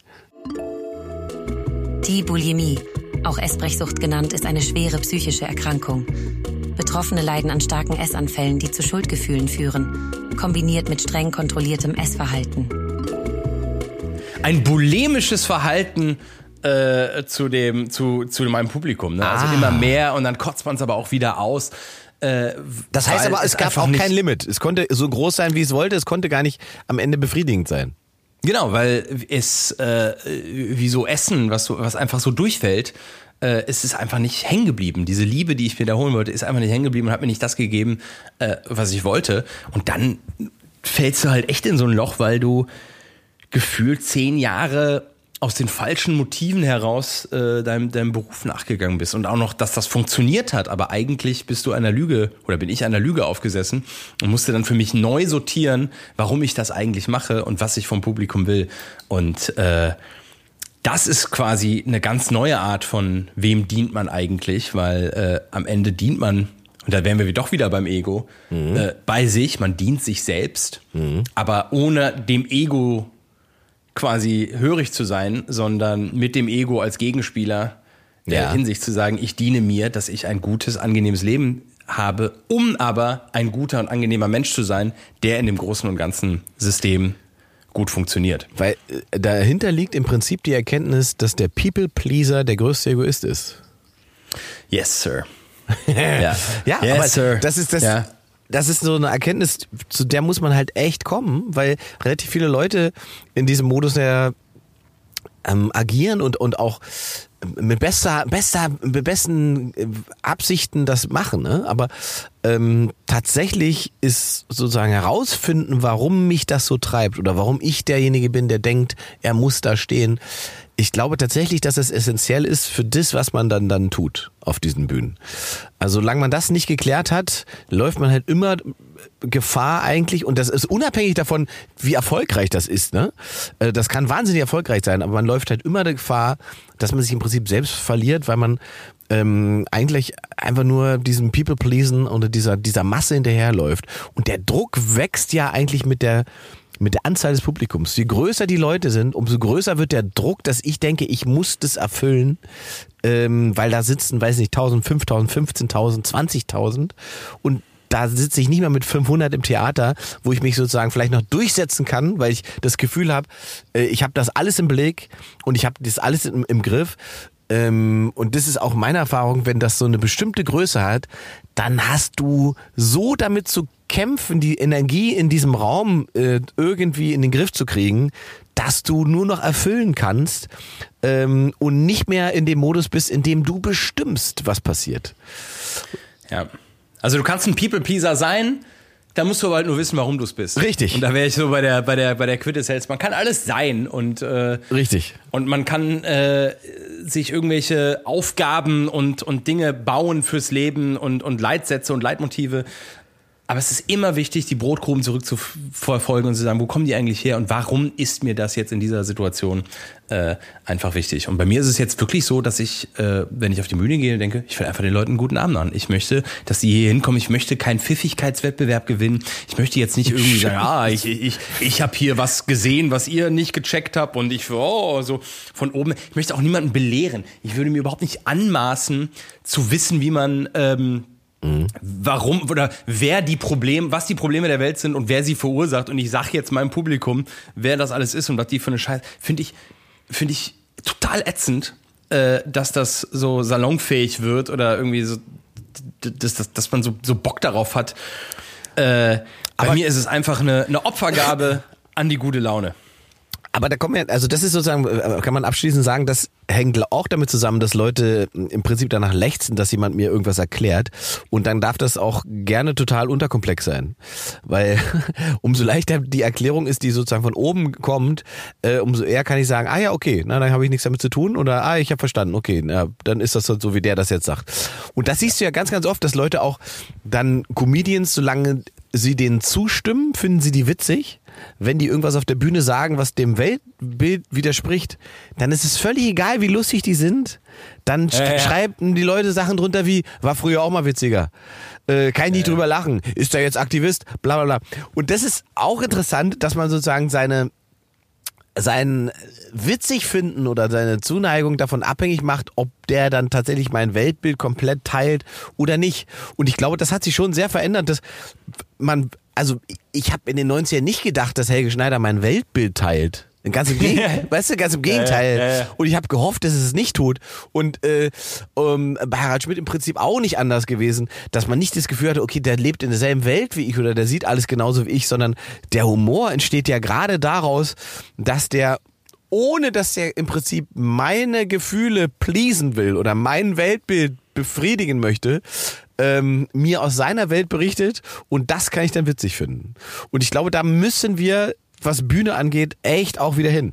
Speaker 3: Die Bulimie, auch Essbrechsucht genannt, ist eine schwere psychische Erkrankung. Betroffene leiden an starken Essanfällen, die zu Schuldgefühlen führen, kombiniert mit streng kontrolliertem Essverhalten.
Speaker 1: Ein bulimisches Verhalten äh, zu dem zu zu meinem Publikum, ne? Also ah. immer mehr und dann kotzt man es aber auch wieder aus. Äh,
Speaker 2: das heißt aber, es gab auch kein Limit. Es konnte so groß sein, wie es wollte. Es konnte gar nicht am Ende befriedigend sein.
Speaker 1: Genau, weil es äh, wie so Essen, was so, was einfach so durchfällt, äh, es ist einfach nicht hängen geblieben. Diese Liebe, die ich mir da holen wollte, ist einfach nicht hängen geblieben und hat mir nicht das gegeben, äh, was ich wollte. Und dann fällst du halt echt in so ein Loch, weil du gefühlt zehn Jahre aus den falschen Motiven heraus äh, deinem, deinem Beruf nachgegangen bist und auch noch, dass das funktioniert hat, aber eigentlich bist du einer Lüge oder bin ich einer Lüge aufgesessen und musste dann für mich neu sortieren, warum ich das eigentlich mache und was ich vom Publikum will. Und äh, das ist quasi eine ganz neue Art von wem dient man eigentlich, weil äh, am Ende dient man, und da wären wir doch wieder beim Ego, mhm. äh, bei sich, man dient sich selbst, mhm. aber ohne dem Ego quasi hörig zu sein, sondern mit dem Ego als Gegenspieler der ja. Hinsicht zu sagen, ich diene mir, dass ich ein gutes, angenehmes Leben habe, um aber ein guter und angenehmer Mensch zu sein, der in dem großen und ganzen System gut funktioniert.
Speaker 2: Weil äh, dahinter liegt im Prinzip die Erkenntnis, dass der People-Pleaser der größte Egoist ist.
Speaker 1: Yes, sir.
Speaker 2: ja, ja
Speaker 1: yes,
Speaker 2: aber
Speaker 1: sir.
Speaker 2: das ist das...
Speaker 1: Ja.
Speaker 2: Das ist so eine Erkenntnis, zu der muss man halt echt kommen, weil relativ viele Leute in diesem Modus ja ähm, agieren und, und auch mit bester, bester, mit besten Absichten das machen. Ne? Aber ähm, tatsächlich ist sozusagen herausfinden, warum mich das so treibt oder warum ich derjenige bin, der denkt, er muss da stehen. Ich glaube tatsächlich, dass es essentiell ist für das, was man dann dann tut auf diesen Bühnen. Also solange man das nicht geklärt hat, läuft man halt immer Gefahr eigentlich, und das ist unabhängig davon, wie erfolgreich das ist. Ne? Das kann wahnsinnig erfolgreich sein, aber man läuft halt immer der Gefahr, dass man sich im Prinzip selbst verliert, weil man ähm, eigentlich einfach nur diesem People-Pleasen oder dieser, dieser Masse hinterherläuft. Und der Druck wächst ja eigentlich mit der mit der Anzahl des Publikums. Je größer die Leute sind, umso größer wird der Druck, dass ich denke, ich muss das erfüllen, ähm, weil da sitzen, weiß nicht, tausend, fünftausend, fünfzehntausend, zwanzigtausend und da sitze ich nicht mehr mit fünfhundert im Theater, wo ich mich sozusagen vielleicht noch durchsetzen kann, weil ich das Gefühl habe, äh, ich habe das alles im Blick und ich habe das alles im, im Griff. Ähm, und das ist auch meine Erfahrung, wenn das so eine bestimmte Größe hat, dann hast du so damit zu kämpfen, die Energie in diesem Raum äh, irgendwie in den Griff zu kriegen, dass du nur noch erfüllen kannst ähm, und nicht mehr in dem Modus bist, in dem du bestimmst, was passiert.
Speaker 1: Ja, also du kannst ein People-Pleaser sein, da musst du aber halt nur wissen, warum du es bist.
Speaker 2: Richtig.
Speaker 1: Und da wäre ich so bei der bei der bei der Quintessenz. Man kann alles sein und äh,
Speaker 2: richtig.
Speaker 1: Und man kann äh, sich irgendwelche Aufgaben und und Dinge bauen fürs Leben und und Leitsätze und Leitmotive. Aber es ist immer wichtig, die Brotkrumen zurückzuverfolgen und zu sagen, wo kommen die eigentlich her und warum ist mir das jetzt in dieser Situation äh, einfach wichtig? Und bei mir ist es jetzt wirklich so, dass ich, äh, wenn ich auf die Bühne gehe, denke, ich will einfach den Leuten einen guten Abend an. Ich möchte, dass die hier hinkommen. Ich möchte keinen Pfiffigkeitswettbewerb gewinnen. Ich möchte jetzt nicht irgendwie sagen, ah, ich ich ich habe hier was gesehen, was ihr nicht gecheckt habt und ich oh so von oben. Ich möchte auch niemanden belehren. Ich würde mir überhaupt nicht anmaßen, zu wissen, wie man ähm, Mhm. warum oder wer die Probleme, was die Probleme der Welt sind und wer sie verursacht. Und ich sage jetzt meinem Publikum, wer das alles ist und was die für eine Scheiße, finde ich, finde ich total ätzend, äh, dass das so salonfähig wird oder irgendwie so, dass, dass, dass man so, so Bock darauf hat. Äh, bei Aber mir ist es einfach eine, eine Opfergabe an die gute Laune.
Speaker 2: Aber da kommen wir, also das ist sozusagen, kann man abschließend sagen, das hängt auch damit zusammen, dass Leute im Prinzip danach lechzen, dass jemand mir irgendwas erklärt. Und dann darf das auch gerne total unterkomplex sein. Weil umso leichter die Erklärung ist, die sozusagen von oben kommt, äh, umso eher kann ich sagen, ah ja, okay, na, dann habe ich nichts damit zu tun. Oder ah, ich habe verstanden, okay, na, dann ist das so, wie der das jetzt sagt. Und das siehst du ja ganz, ganz oft, dass Leute auch dann Comedians, solange sie denen zustimmen, finden sie die witzig. Wenn die irgendwas auf der Bühne sagen, was dem Weltbild widerspricht, dann ist es völlig egal, wie lustig die sind. Dann sch- ja, ja. schreiben die Leute Sachen drunter wie, war früher auch mal witziger. Äh, kann ich nicht ja. drüber lachen. Ist der jetzt Aktivist? Bla bla bla. Und das ist auch interessant, dass man sozusagen seine sein witzig finden oder seine Zuneigung davon abhängig macht, ob der dann tatsächlich mein Weltbild komplett teilt oder nicht. Und ich glaube, das hat sich schon sehr verändert, dass man, also ich habe in den neunzigern nicht gedacht, dass Helge Schneider mein Weltbild teilt. Ganz im Gegenteil, weißt du, ganz im Gegenteil.
Speaker 1: Ja, ja, ja.
Speaker 2: Und ich habe gehofft, dass es es nicht tut. Und äh, um, bei Harald Schmidt im Prinzip auch nicht anders gewesen, dass man nicht das Gefühl hatte, okay, der lebt in derselben Welt wie ich oder der sieht alles genauso wie ich, sondern der Humor entsteht ja gerade daraus, dass der, ohne dass der im Prinzip meine Gefühle pleasen will oder mein Weltbild befriedigen möchte, ähm, mir aus seiner Welt berichtet, und das kann ich dann witzig finden. Und ich glaube, da müssen wir, was Bühne angeht, echt auch wieder hin.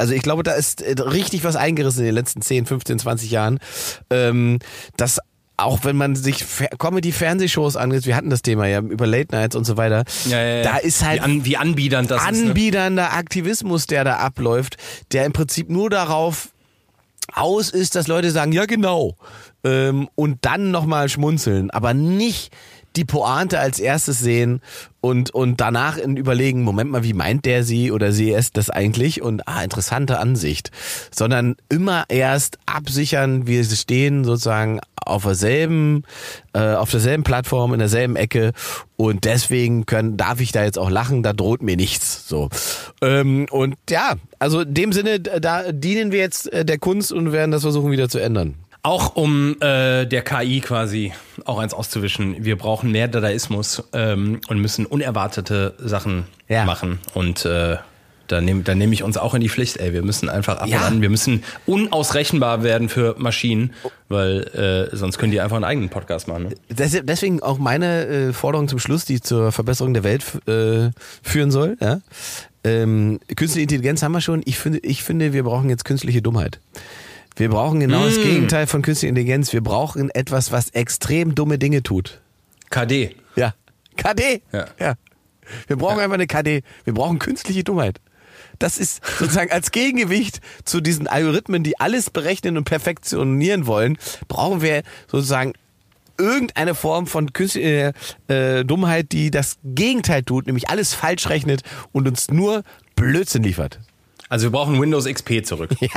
Speaker 2: Also ich glaube, da ist richtig was eingerissen in den letzten zehn, fünfzehn, zwanzig Jahren. Ähm, das auch wenn man sich Comedy-Fernsehshows angeht, wir hatten das Thema ja über Late Nights und so weiter,
Speaker 1: ja, ja, ja.
Speaker 2: da ist halt
Speaker 1: wie, an, wie anbiedernd das
Speaker 2: anbiedernder
Speaker 1: ist, ne?
Speaker 2: Aktivismus, der da abläuft, der im Prinzip nur darauf aus ist, dass Leute sagen, ja genau, ähm, und dann nochmal schmunzeln, aber nicht die Pointe als erstes sehen und und danach in überlegen, Moment mal, wie meint der sie oder sie es das eigentlich und ah, interessante Ansicht, sondern immer erst absichern, wir stehen sozusagen auf derselben äh, auf derselben Plattform, in derselben Ecke und deswegen können darf ich da jetzt auch lachen, da droht mir nichts, so. Ähm, und ja, also in dem Sinne, da dienen wir jetzt der Kunst und werden das versuchen wieder zu ändern.
Speaker 1: Auch um äh, der K I quasi auch eins auszuwischen. Wir brauchen mehr Dadaismus ähm, und müssen unerwartete Sachen ja. machen. Und äh, da nehme da nehm ich uns auch in die Pflicht. Ey, wir müssen einfach ab ja. und an, wir müssen unausrechenbar werden für Maschinen, weil äh, sonst können die einfach einen eigenen Podcast machen. Ne?
Speaker 2: Das, deswegen auch meine äh, Forderung zum Schluss, die zur Verbesserung der Welt äh, führen soll. Ja? Ähm, künstliche Intelligenz haben wir schon. Ich finde, ich finde, wir brauchen jetzt künstliche Dummheit. Wir brauchen genau mm. das Gegenteil von künstlicher Intelligenz. Wir brauchen etwas, was extrem dumme Dinge tut.
Speaker 1: K D.
Speaker 2: Ja. K D.
Speaker 1: Ja.
Speaker 2: ja. Wir brauchen ja. einfach eine K D. Wir brauchen künstliche Dummheit. Das ist sozusagen als Gegengewicht zu diesen Algorithmen, die alles berechnen und perfektionieren wollen, brauchen wir sozusagen irgendeine Form von künstlicher äh, Dummheit, die das Gegenteil tut, nämlich alles falsch rechnet und uns nur Blödsinn liefert.
Speaker 1: Also wir brauchen Windows X P zurück.
Speaker 2: Ja,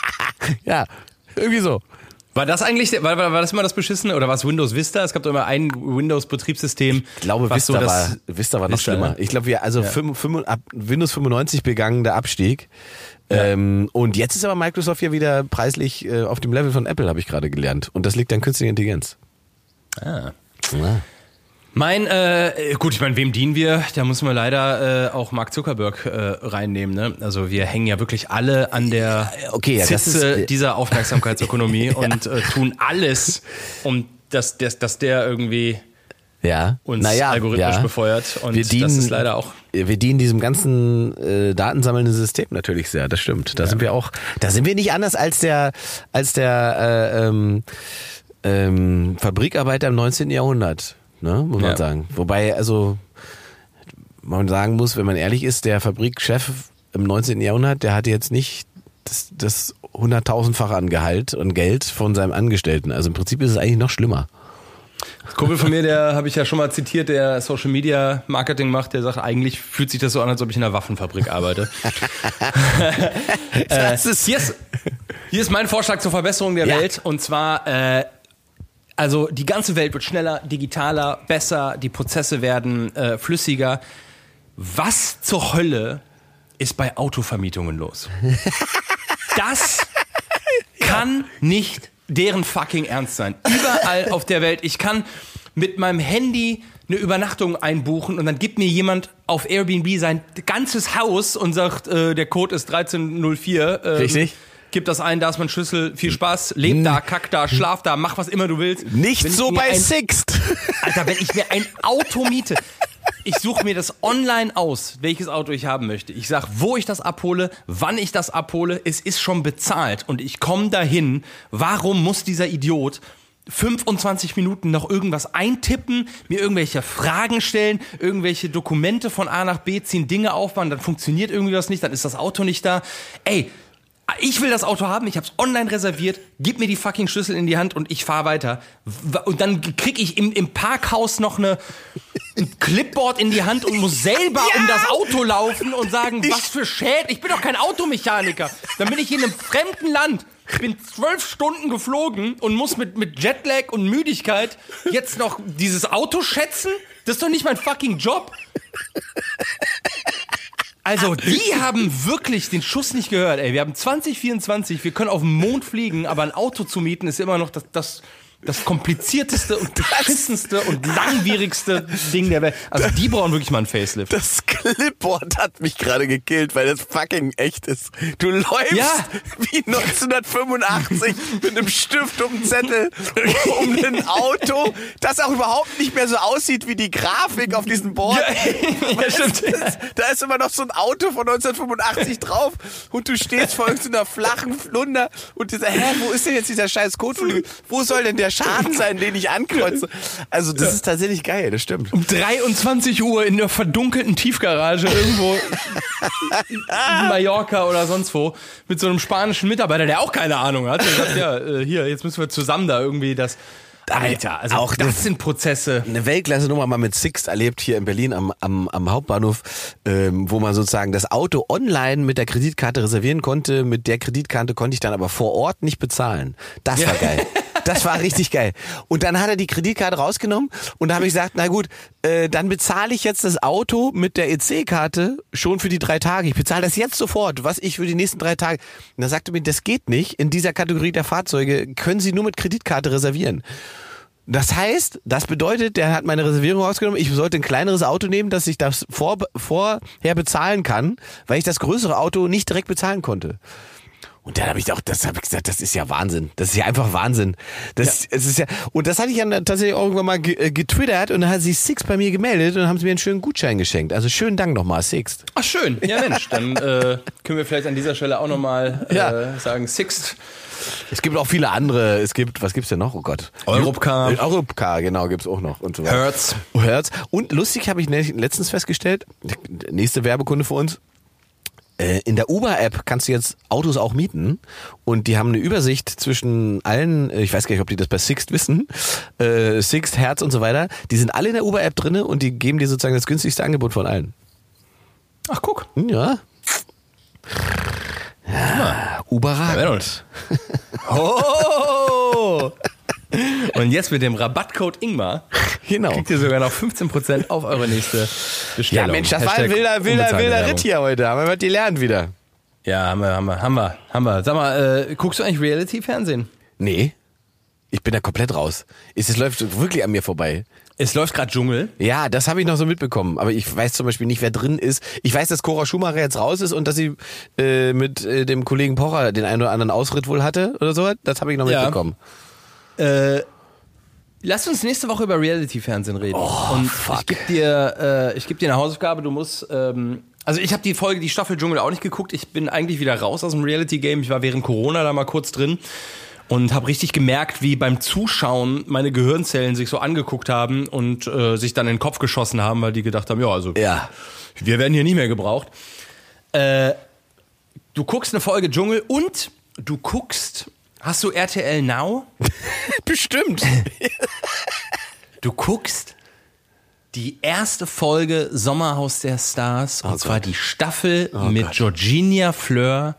Speaker 2: ja, irgendwie so.
Speaker 1: War das eigentlich, war, war, war das immer das Beschissene oder war es Windows Vista? Es gab doch immer ein Windows-Betriebssystem.
Speaker 2: Ich glaube, Vista, so war, Vista war noch Vista, schlimmer. Ne? Ich glaube, wir, also ja. fünf, fünf, ab Windows fünfundneunzig begann der Abstieg. Ja. Ähm, und jetzt ist aber Microsoft ja wieder preislich äh, auf dem Level von Apple, habe ich gerade gelernt. Und das liegt an künstlicher Intelligenz.
Speaker 1: Ah. Ja. Mein, äh, gut, ich meine, wem dienen wir? Da müssen wir leider äh, auch Mark Zuckerberg äh, reinnehmen. Ne? Also wir hängen ja wirklich alle an der
Speaker 2: okay, ja,
Speaker 1: Zitze
Speaker 2: das ist,
Speaker 1: dieser Aufmerksamkeitsökonomie ja. und äh, tun alles, um dass, dass, dass der irgendwie
Speaker 2: ja.
Speaker 1: uns
Speaker 2: naja,
Speaker 1: algorithmisch
Speaker 2: ja.
Speaker 1: befeuert. Und
Speaker 2: wir dienen,
Speaker 1: das ist leider auch...
Speaker 2: Wir dienen diesem ganzen äh, datensammelnden System natürlich sehr, das stimmt. Da ja. sind wir auch, da sind wir nicht anders als der, als der äh, ähm, ähm, Fabrikarbeiter im neunzehnten Jahrhundert. Ne, muss man ja. sagen. Wobei, also, man sagen muss, wenn man ehrlich ist, der Fabrikchef im neunzehnten Jahrhundert, der hatte jetzt nicht das, das hunderttausendfache an Gehalt und Geld von seinem Angestellten. Also im Prinzip ist es eigentlich noch schlimmer.
Speaker 1: Ein Kumpel von mir, der habe ich ja schon mal zitiert, der Social Media Marketing macht, der sagt, eigentlich fühlt sich das so an, als ob ich in einer Waffenfabrik arbeite. äh, hier, ist, hier ist mein Vorschlag zur Verbesserung der ja. Welt und zwar... Äh, Also die ganze Welt wird schneller, digitaler, besser, die Prozesse werden äh, flüssiger. Was zur Hölle ist bei Autovermietungen los? Das kann nicht deren fucking Ernst sein. Überall auf der Welt. Ich kann mit meinem Handy eine Übernachtung einbuchen und dann gibt mir jemand auf Airbnb sein ganzes Haus und sagt, äh, der Code ist dreizehn null vier. Ähm,
Speaker 2: Richtig.
Speaker 1: Gib das ein, da ist mein Schlüssel, viel Spaß, leb da, kack da, schlaf da, mach was immer du willst.
Speaker 2: Nicht so bei ein, Sixt.
Speaker 1: Alter, wenn ich mir ein Auto miete, ich suche mir das online aus, welches Auto ich haben möchte. Ich sag, wo ich das abhole, wann ich das abhole, es ist schon bezahlt und ich komme dahin. Warum muss dieser Idiot fünfundzwanzig Minuten noch irgendwas eintippen, mir irgendwelche Fragen stellen, irgendwelche Dokumente von A nach B ziehen, Dinge aufbauen, dann funktioniert irgendwie was nicht, dann ist das Auto nicht da. Ey, ich will das Auto haben, ich hab's online reserviert, gib mir die fucking Schlüssel in die Hand und ich fahr weiter. Und dann krieg ich im, im Parkhaus noch eine, ein Clipboard in die Hand und muss selber ja. um das Auto laufen und sagen, ich, was für Schäden. Ich bin doch kein Automechaniker. Dann bin ich in einem fremden Land. Ich bin zwölf Stunden geflogen und muss mit, mit Jetlag und Müdigkeit jetzt noch dieses Auto schätzen? Das ist doch nicht mein fucking Job. Also, die haben wirklich den Schuss nicht gehört. Ey, wir haben zwanzig vierundzwanzig, wir können auf den Mond fliegen, aber ein Auto zu mieten ist immer noch das, das, das komplizierteste und beschissenste und langwierigste Ding der Welt. Also die brauchen wirklich mal einen Facelift.
Speaker 2: Das Clipboard hat mich gerade gekillt, weil das fucking echt ist. Du läufst
Speaker 1: Ja.
Speaker 2: wie neunzehnhundertfünfundachtzig mit einem Stift um einen Zettel um ein Auto, das auch überhaupt nicht mehr so aussieht wie die Grafik auf diesem Board.
Speaker 1: Ja, ja, stimmt.
Speaker 2: Das, da ist immer noch so ein Auto von neunzehnhundertfünfundachtzig drauf und du stehst vor irgendeiner flachen Flunder und dieser, hä, wo ist denn jetzt dieser scheiß Kotflügel? Wo soll denn der Schaden sein, den ich ankreuze? Also das ist tatsächlich geil, das stimmt.
Speaker 1: Um dreiundzwanzig Uhr in der verdunkelten Tiefgarage irgendwo in Mallorca oder sonst wo mit so einem spanischen Mitarbeiter, der auch keine Ahnung hat. Der sagt, ja, äh, hier, jetzt müssen wir zusammen da irgendwie das... Alter, also
Speaker 2: auch
Speaker 1: das
Speaker 2: eine,
Speaker 1: sind Prozesse.
Speaker 2: Eine Weltklasse-Nummer mal mit Sixt erlebt hier in Berlin am, am, am Hauptbahnhof, ähm, wo man sozusagen das Auto online mit der Kreditkarte reservieren konnte. Mit der Kreditkarte konnte ich dann aber vor Ort nicht bezahlen. Das war geil. Das war richtig geil. Und dann hat er die Kreditkarte rausgenommen und da habe ich gesagt, na gut, äh, dann bezahle ich jetzt das Auto mit der E C-Karte schon für die drei Tage. Ich bezahle das jetzt sofort, was ich für die nächsten drei Tage. Und da sagte mir, das geht nicht. In dieser Kategorie der Fahrzeuge können Sie nur mit Kreditkarte reservieren. Das heißt, das bedeutet, der hat meine Reservierung rausgenommen, ich sollte ein kleineres Auto nehmen, dass ich das vor, vorher bezahlen kann, weil ich das größere Auto nicht direkt bezahlen konnte. Und dann habe ich auch, das habe ich gesagt, das ist ja Wahnsinn. Das ist ja einfach Wahnsinn. Das, ja. Es ist ja, und das hatte ich dann tatsächlich auch irgendwann mal getwittert und dann hat sich Sixt bei mir gemeldet und dann haben sie mir einen schönen Gutschein geschenkt. Also schönen Dank nochmal, Sixt.
Speaker 1: Ach schön, ja Mensch, dann äh, können wir vielleicht an dieser Stelle auch nochmal äh, ja. sagen, Sixt.
Speaker 2: Es gibt auch viele andere, es gibt, was gibt's denn noch? Oh Gott.
Speaker 1: Europcar.
Speaker 2: Europcar, genau, gibt's auch noch und so weiter.
Speaker 1: Hertz.
Speaker 2: Hertz. Und lustig habe ich letztens festgestellt, nächste Werbekunde für uns, in der Uber-App kannst du jetzt Autos auch mieten und die haben eine Übersicht zwischen allen, ich weiß gar nicht, ob die das bei Sixt wissen, äh, Sixt, Hertz und so weiter, die sind alle in der Uber-App drinne und die geben dir sozusagen das günstigste Angebot von allen.
Speaker 1: Ach, guck.
Speaker 2: Ja. Ja, überragend.
Speaker 1: Oh! Und jetzt mit dem Rabattcode Ingmar
Speaker 2: genau.
Speaker 1: kriegt ihr sogar noch fünfzehn Prozent auf eure nächste Bestellung.
Speaker 2: Ja Mensch, das war ein wilder, wilder, wilder Ritt hier heute. Haben wir was gelernt wieder.
Speaker 1: Ja, haben wir, haben wir, haben wir, haben wir. Sag mal, äh, guckst du eigentlich Reality-Fernsehen?
Speaker 2: Nee. Ich bin da komplett raus. Es läuft wirklich an mir vorbei.
Speaker 1: Es läuft gerade Dschungel.
Speaker 2: Ja, das habe ich noch so mitbekommen. Aber ich weiß zum Beispiel nicht, wer drin ist. Ich weiß, dass Cora Schumacher jetzt raus ist und dass sie äh, mit äh, dem Kollegen Pocher den einen oder anderen Ausritt wohl hatte oder so. Das habe ich noch
Speaker 1: ja.
Speaker 2: mitbekommen.
Speaker 1: Äh, lass uns nächste Woche über Reality-Fernsehen reden.
Speaker 2: Oh,
Speaker 1: und
Speaker 2: fuck.
Speaker 1: ich gebe dir, äh, ich geb dir eine Hausaufgabe. Du musst... Ähm, also ich habe die Folge, die Staffel Dschungel auch nicht geguckt. Ich bin eigentlich wieder raus aus dem Reality-Game. Ich war während Corona da mal kurz drin. Und habe richtig gemerkt, wie beim Zuschauen meine Gehirnzellen sich so angeguckt haben und äh, sich dann in den Kopf geschossen haben, weil die gedacht haben, ja, also
Speaker 2: ja.
Speaker 1: wir werden hier nicht mehr gebraucht. Äh, du guckst eine Folge Dschungel und du guckst, hast du R T L Now?
Speaker 2: Bestimmt.
Speaker 1: Du guckst die erste Folge Sommerhaus der Stars
Speaker 2: Oh
Speaker 1: und
Speaker 2: Gott.
Speaker 1: zwar die Staffel
Speaker 2: Oh
Speaker 1: mit
Speaker 2: Gott.
Speaker 1: Georgina Fleur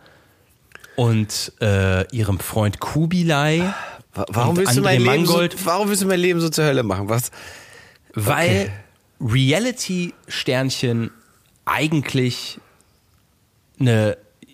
Speaker 1: und äh, ihrem Freund Kubilai.
Speaker 2: Warum
Speaker 1: und
Speaker 2: willst, du mein
Speaker 1: André
Speaker 2: Leben so,
Speaker 1: Mangold.
Speaker 2: warum willst du mein Leben so zur Hölle machen? Was?
Speaker 1: Weil Reality-Sternchen eigentlich eine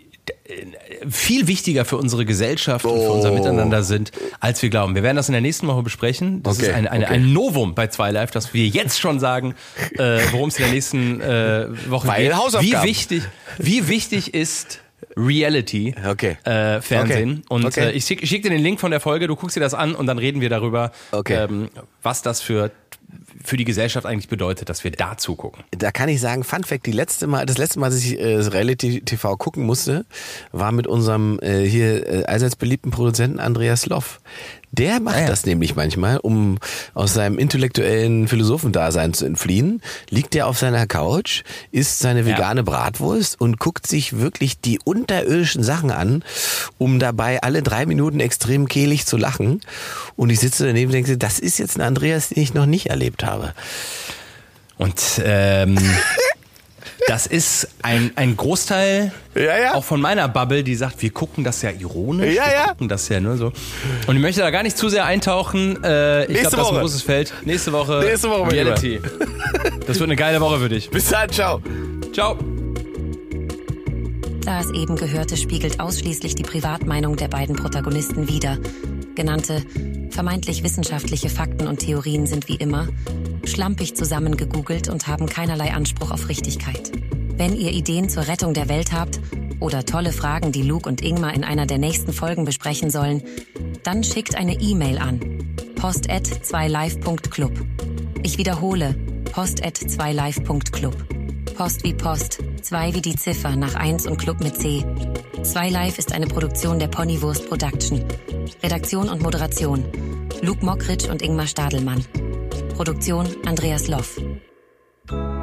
Speaker 1: viel wichtiger für unsere Gesellschaft und für unser
Speaker 2: Oh.
Speaker 1: Miteinander sind, als wir glauben. Wir werden das in der nächsten Woche besprechen. Das
Speaker 2: Okay,
Speaker 1: ist eine, eine,
Speaker 2: okay.
Speaker 1: ein Novum bei zwei Live, dass wir jetzt schon sagen, äh, worum es in der nächsten äh, Woche
Speaker 2: Weil
Speaker 1: geht.
Speaker 2: Hausaufgaben.
Speaker 1: Wie wichtig, wie wichtig ist Reality
Speaker 2: Okay.
Speaker 1: äh, Fernsehen.
Speaker 2: Okay.
Speaker 1: Und
Speaker 2: Okay.
Speaker 1: äh, ich schicke schick dir den Link von der Folge, du guckst dir das an und dann reden wir darüber,
Speaker 2: Okay.
Speaker 1: ähm, was das für für die Gesellschaft eigentlich bedeutet, dass wir da zugucken.
Speaker 2: Da kann ich sagen, Fun Fact, die letzte Mal, das letzte Mal, dass ich äh, Reality T V gucken musste, war mit unserem äh, hier äh, allseits beliebten Produzenten Andreas Loff. Der macht
Speaker 1: Ah, ja.
Speaker 2: das nämlich manchmal, um aus seinem intellektuellen Philosophendasein zu entfliehen, liegt er auf seiner Couch, isst seine vegane Bratwurst und guckt sich wirklich die unterirdischen Sachen an, um dabei alle drei Minuten extrem kehlig zu lachen. Und ich sitze daneben und denke, das ist jetzt ein Andreas, den ich noch nicht erlebt habe.
Speaker 1: Und ähm, das ist ein, ein Großteil
Speaker 2: Ja, ja.
Speaker 1: auch von meiner Bubble, die sagt, wir gucken das ja ironisch,
Speaker 2: Ja,
Speaker 1: wir
Speaker 2: ja.
Speaker 1: gucken das ja nur so. Und ich möchte da gar nicht zu sehr eintauchen. Äh, ich
Speaker 2: Nächste
Speaker 1: glaube, das ist ein
Speaker 2: Woche.
Speaker 1: großes Feld. Nächste Woche,
Speaker 2: Nächste Woche, mein
Speaker 1: Reality. Das wird eine geile Woche für dich.
Speaker 2: Bis dann, ciao.
Speaker 1: Ciao.
Speaker 3: Das eben Gehörte spiegelt ausschließlich die Privatmeinung der beiden Protagonisten wider. genannte vermeintlich wissenschaftliche Fakten und Theorien sind wie immer schlampig zusammengegoogelt und haben keinerlei Anspruch auf Richtigkeit. Wenn ihr Ideen zur Rettung der Welt habt oder tolle Fragen, die Luke und Ingmar in einer der nächsten Folgen besprechen sollen, dann schickt eine E-Mail an post at zwei live punkt club. Ich wiederhole, post at zwei live punkt club. Post wie Post, zwei wie die Ziffer nach eins und Club mit C. zwei Live ist eine Produktion der Ponywurst Production. Redaktion und Moderation Luke Mockridge und Ingmar Stadelmann. Produktion Andreas Loff.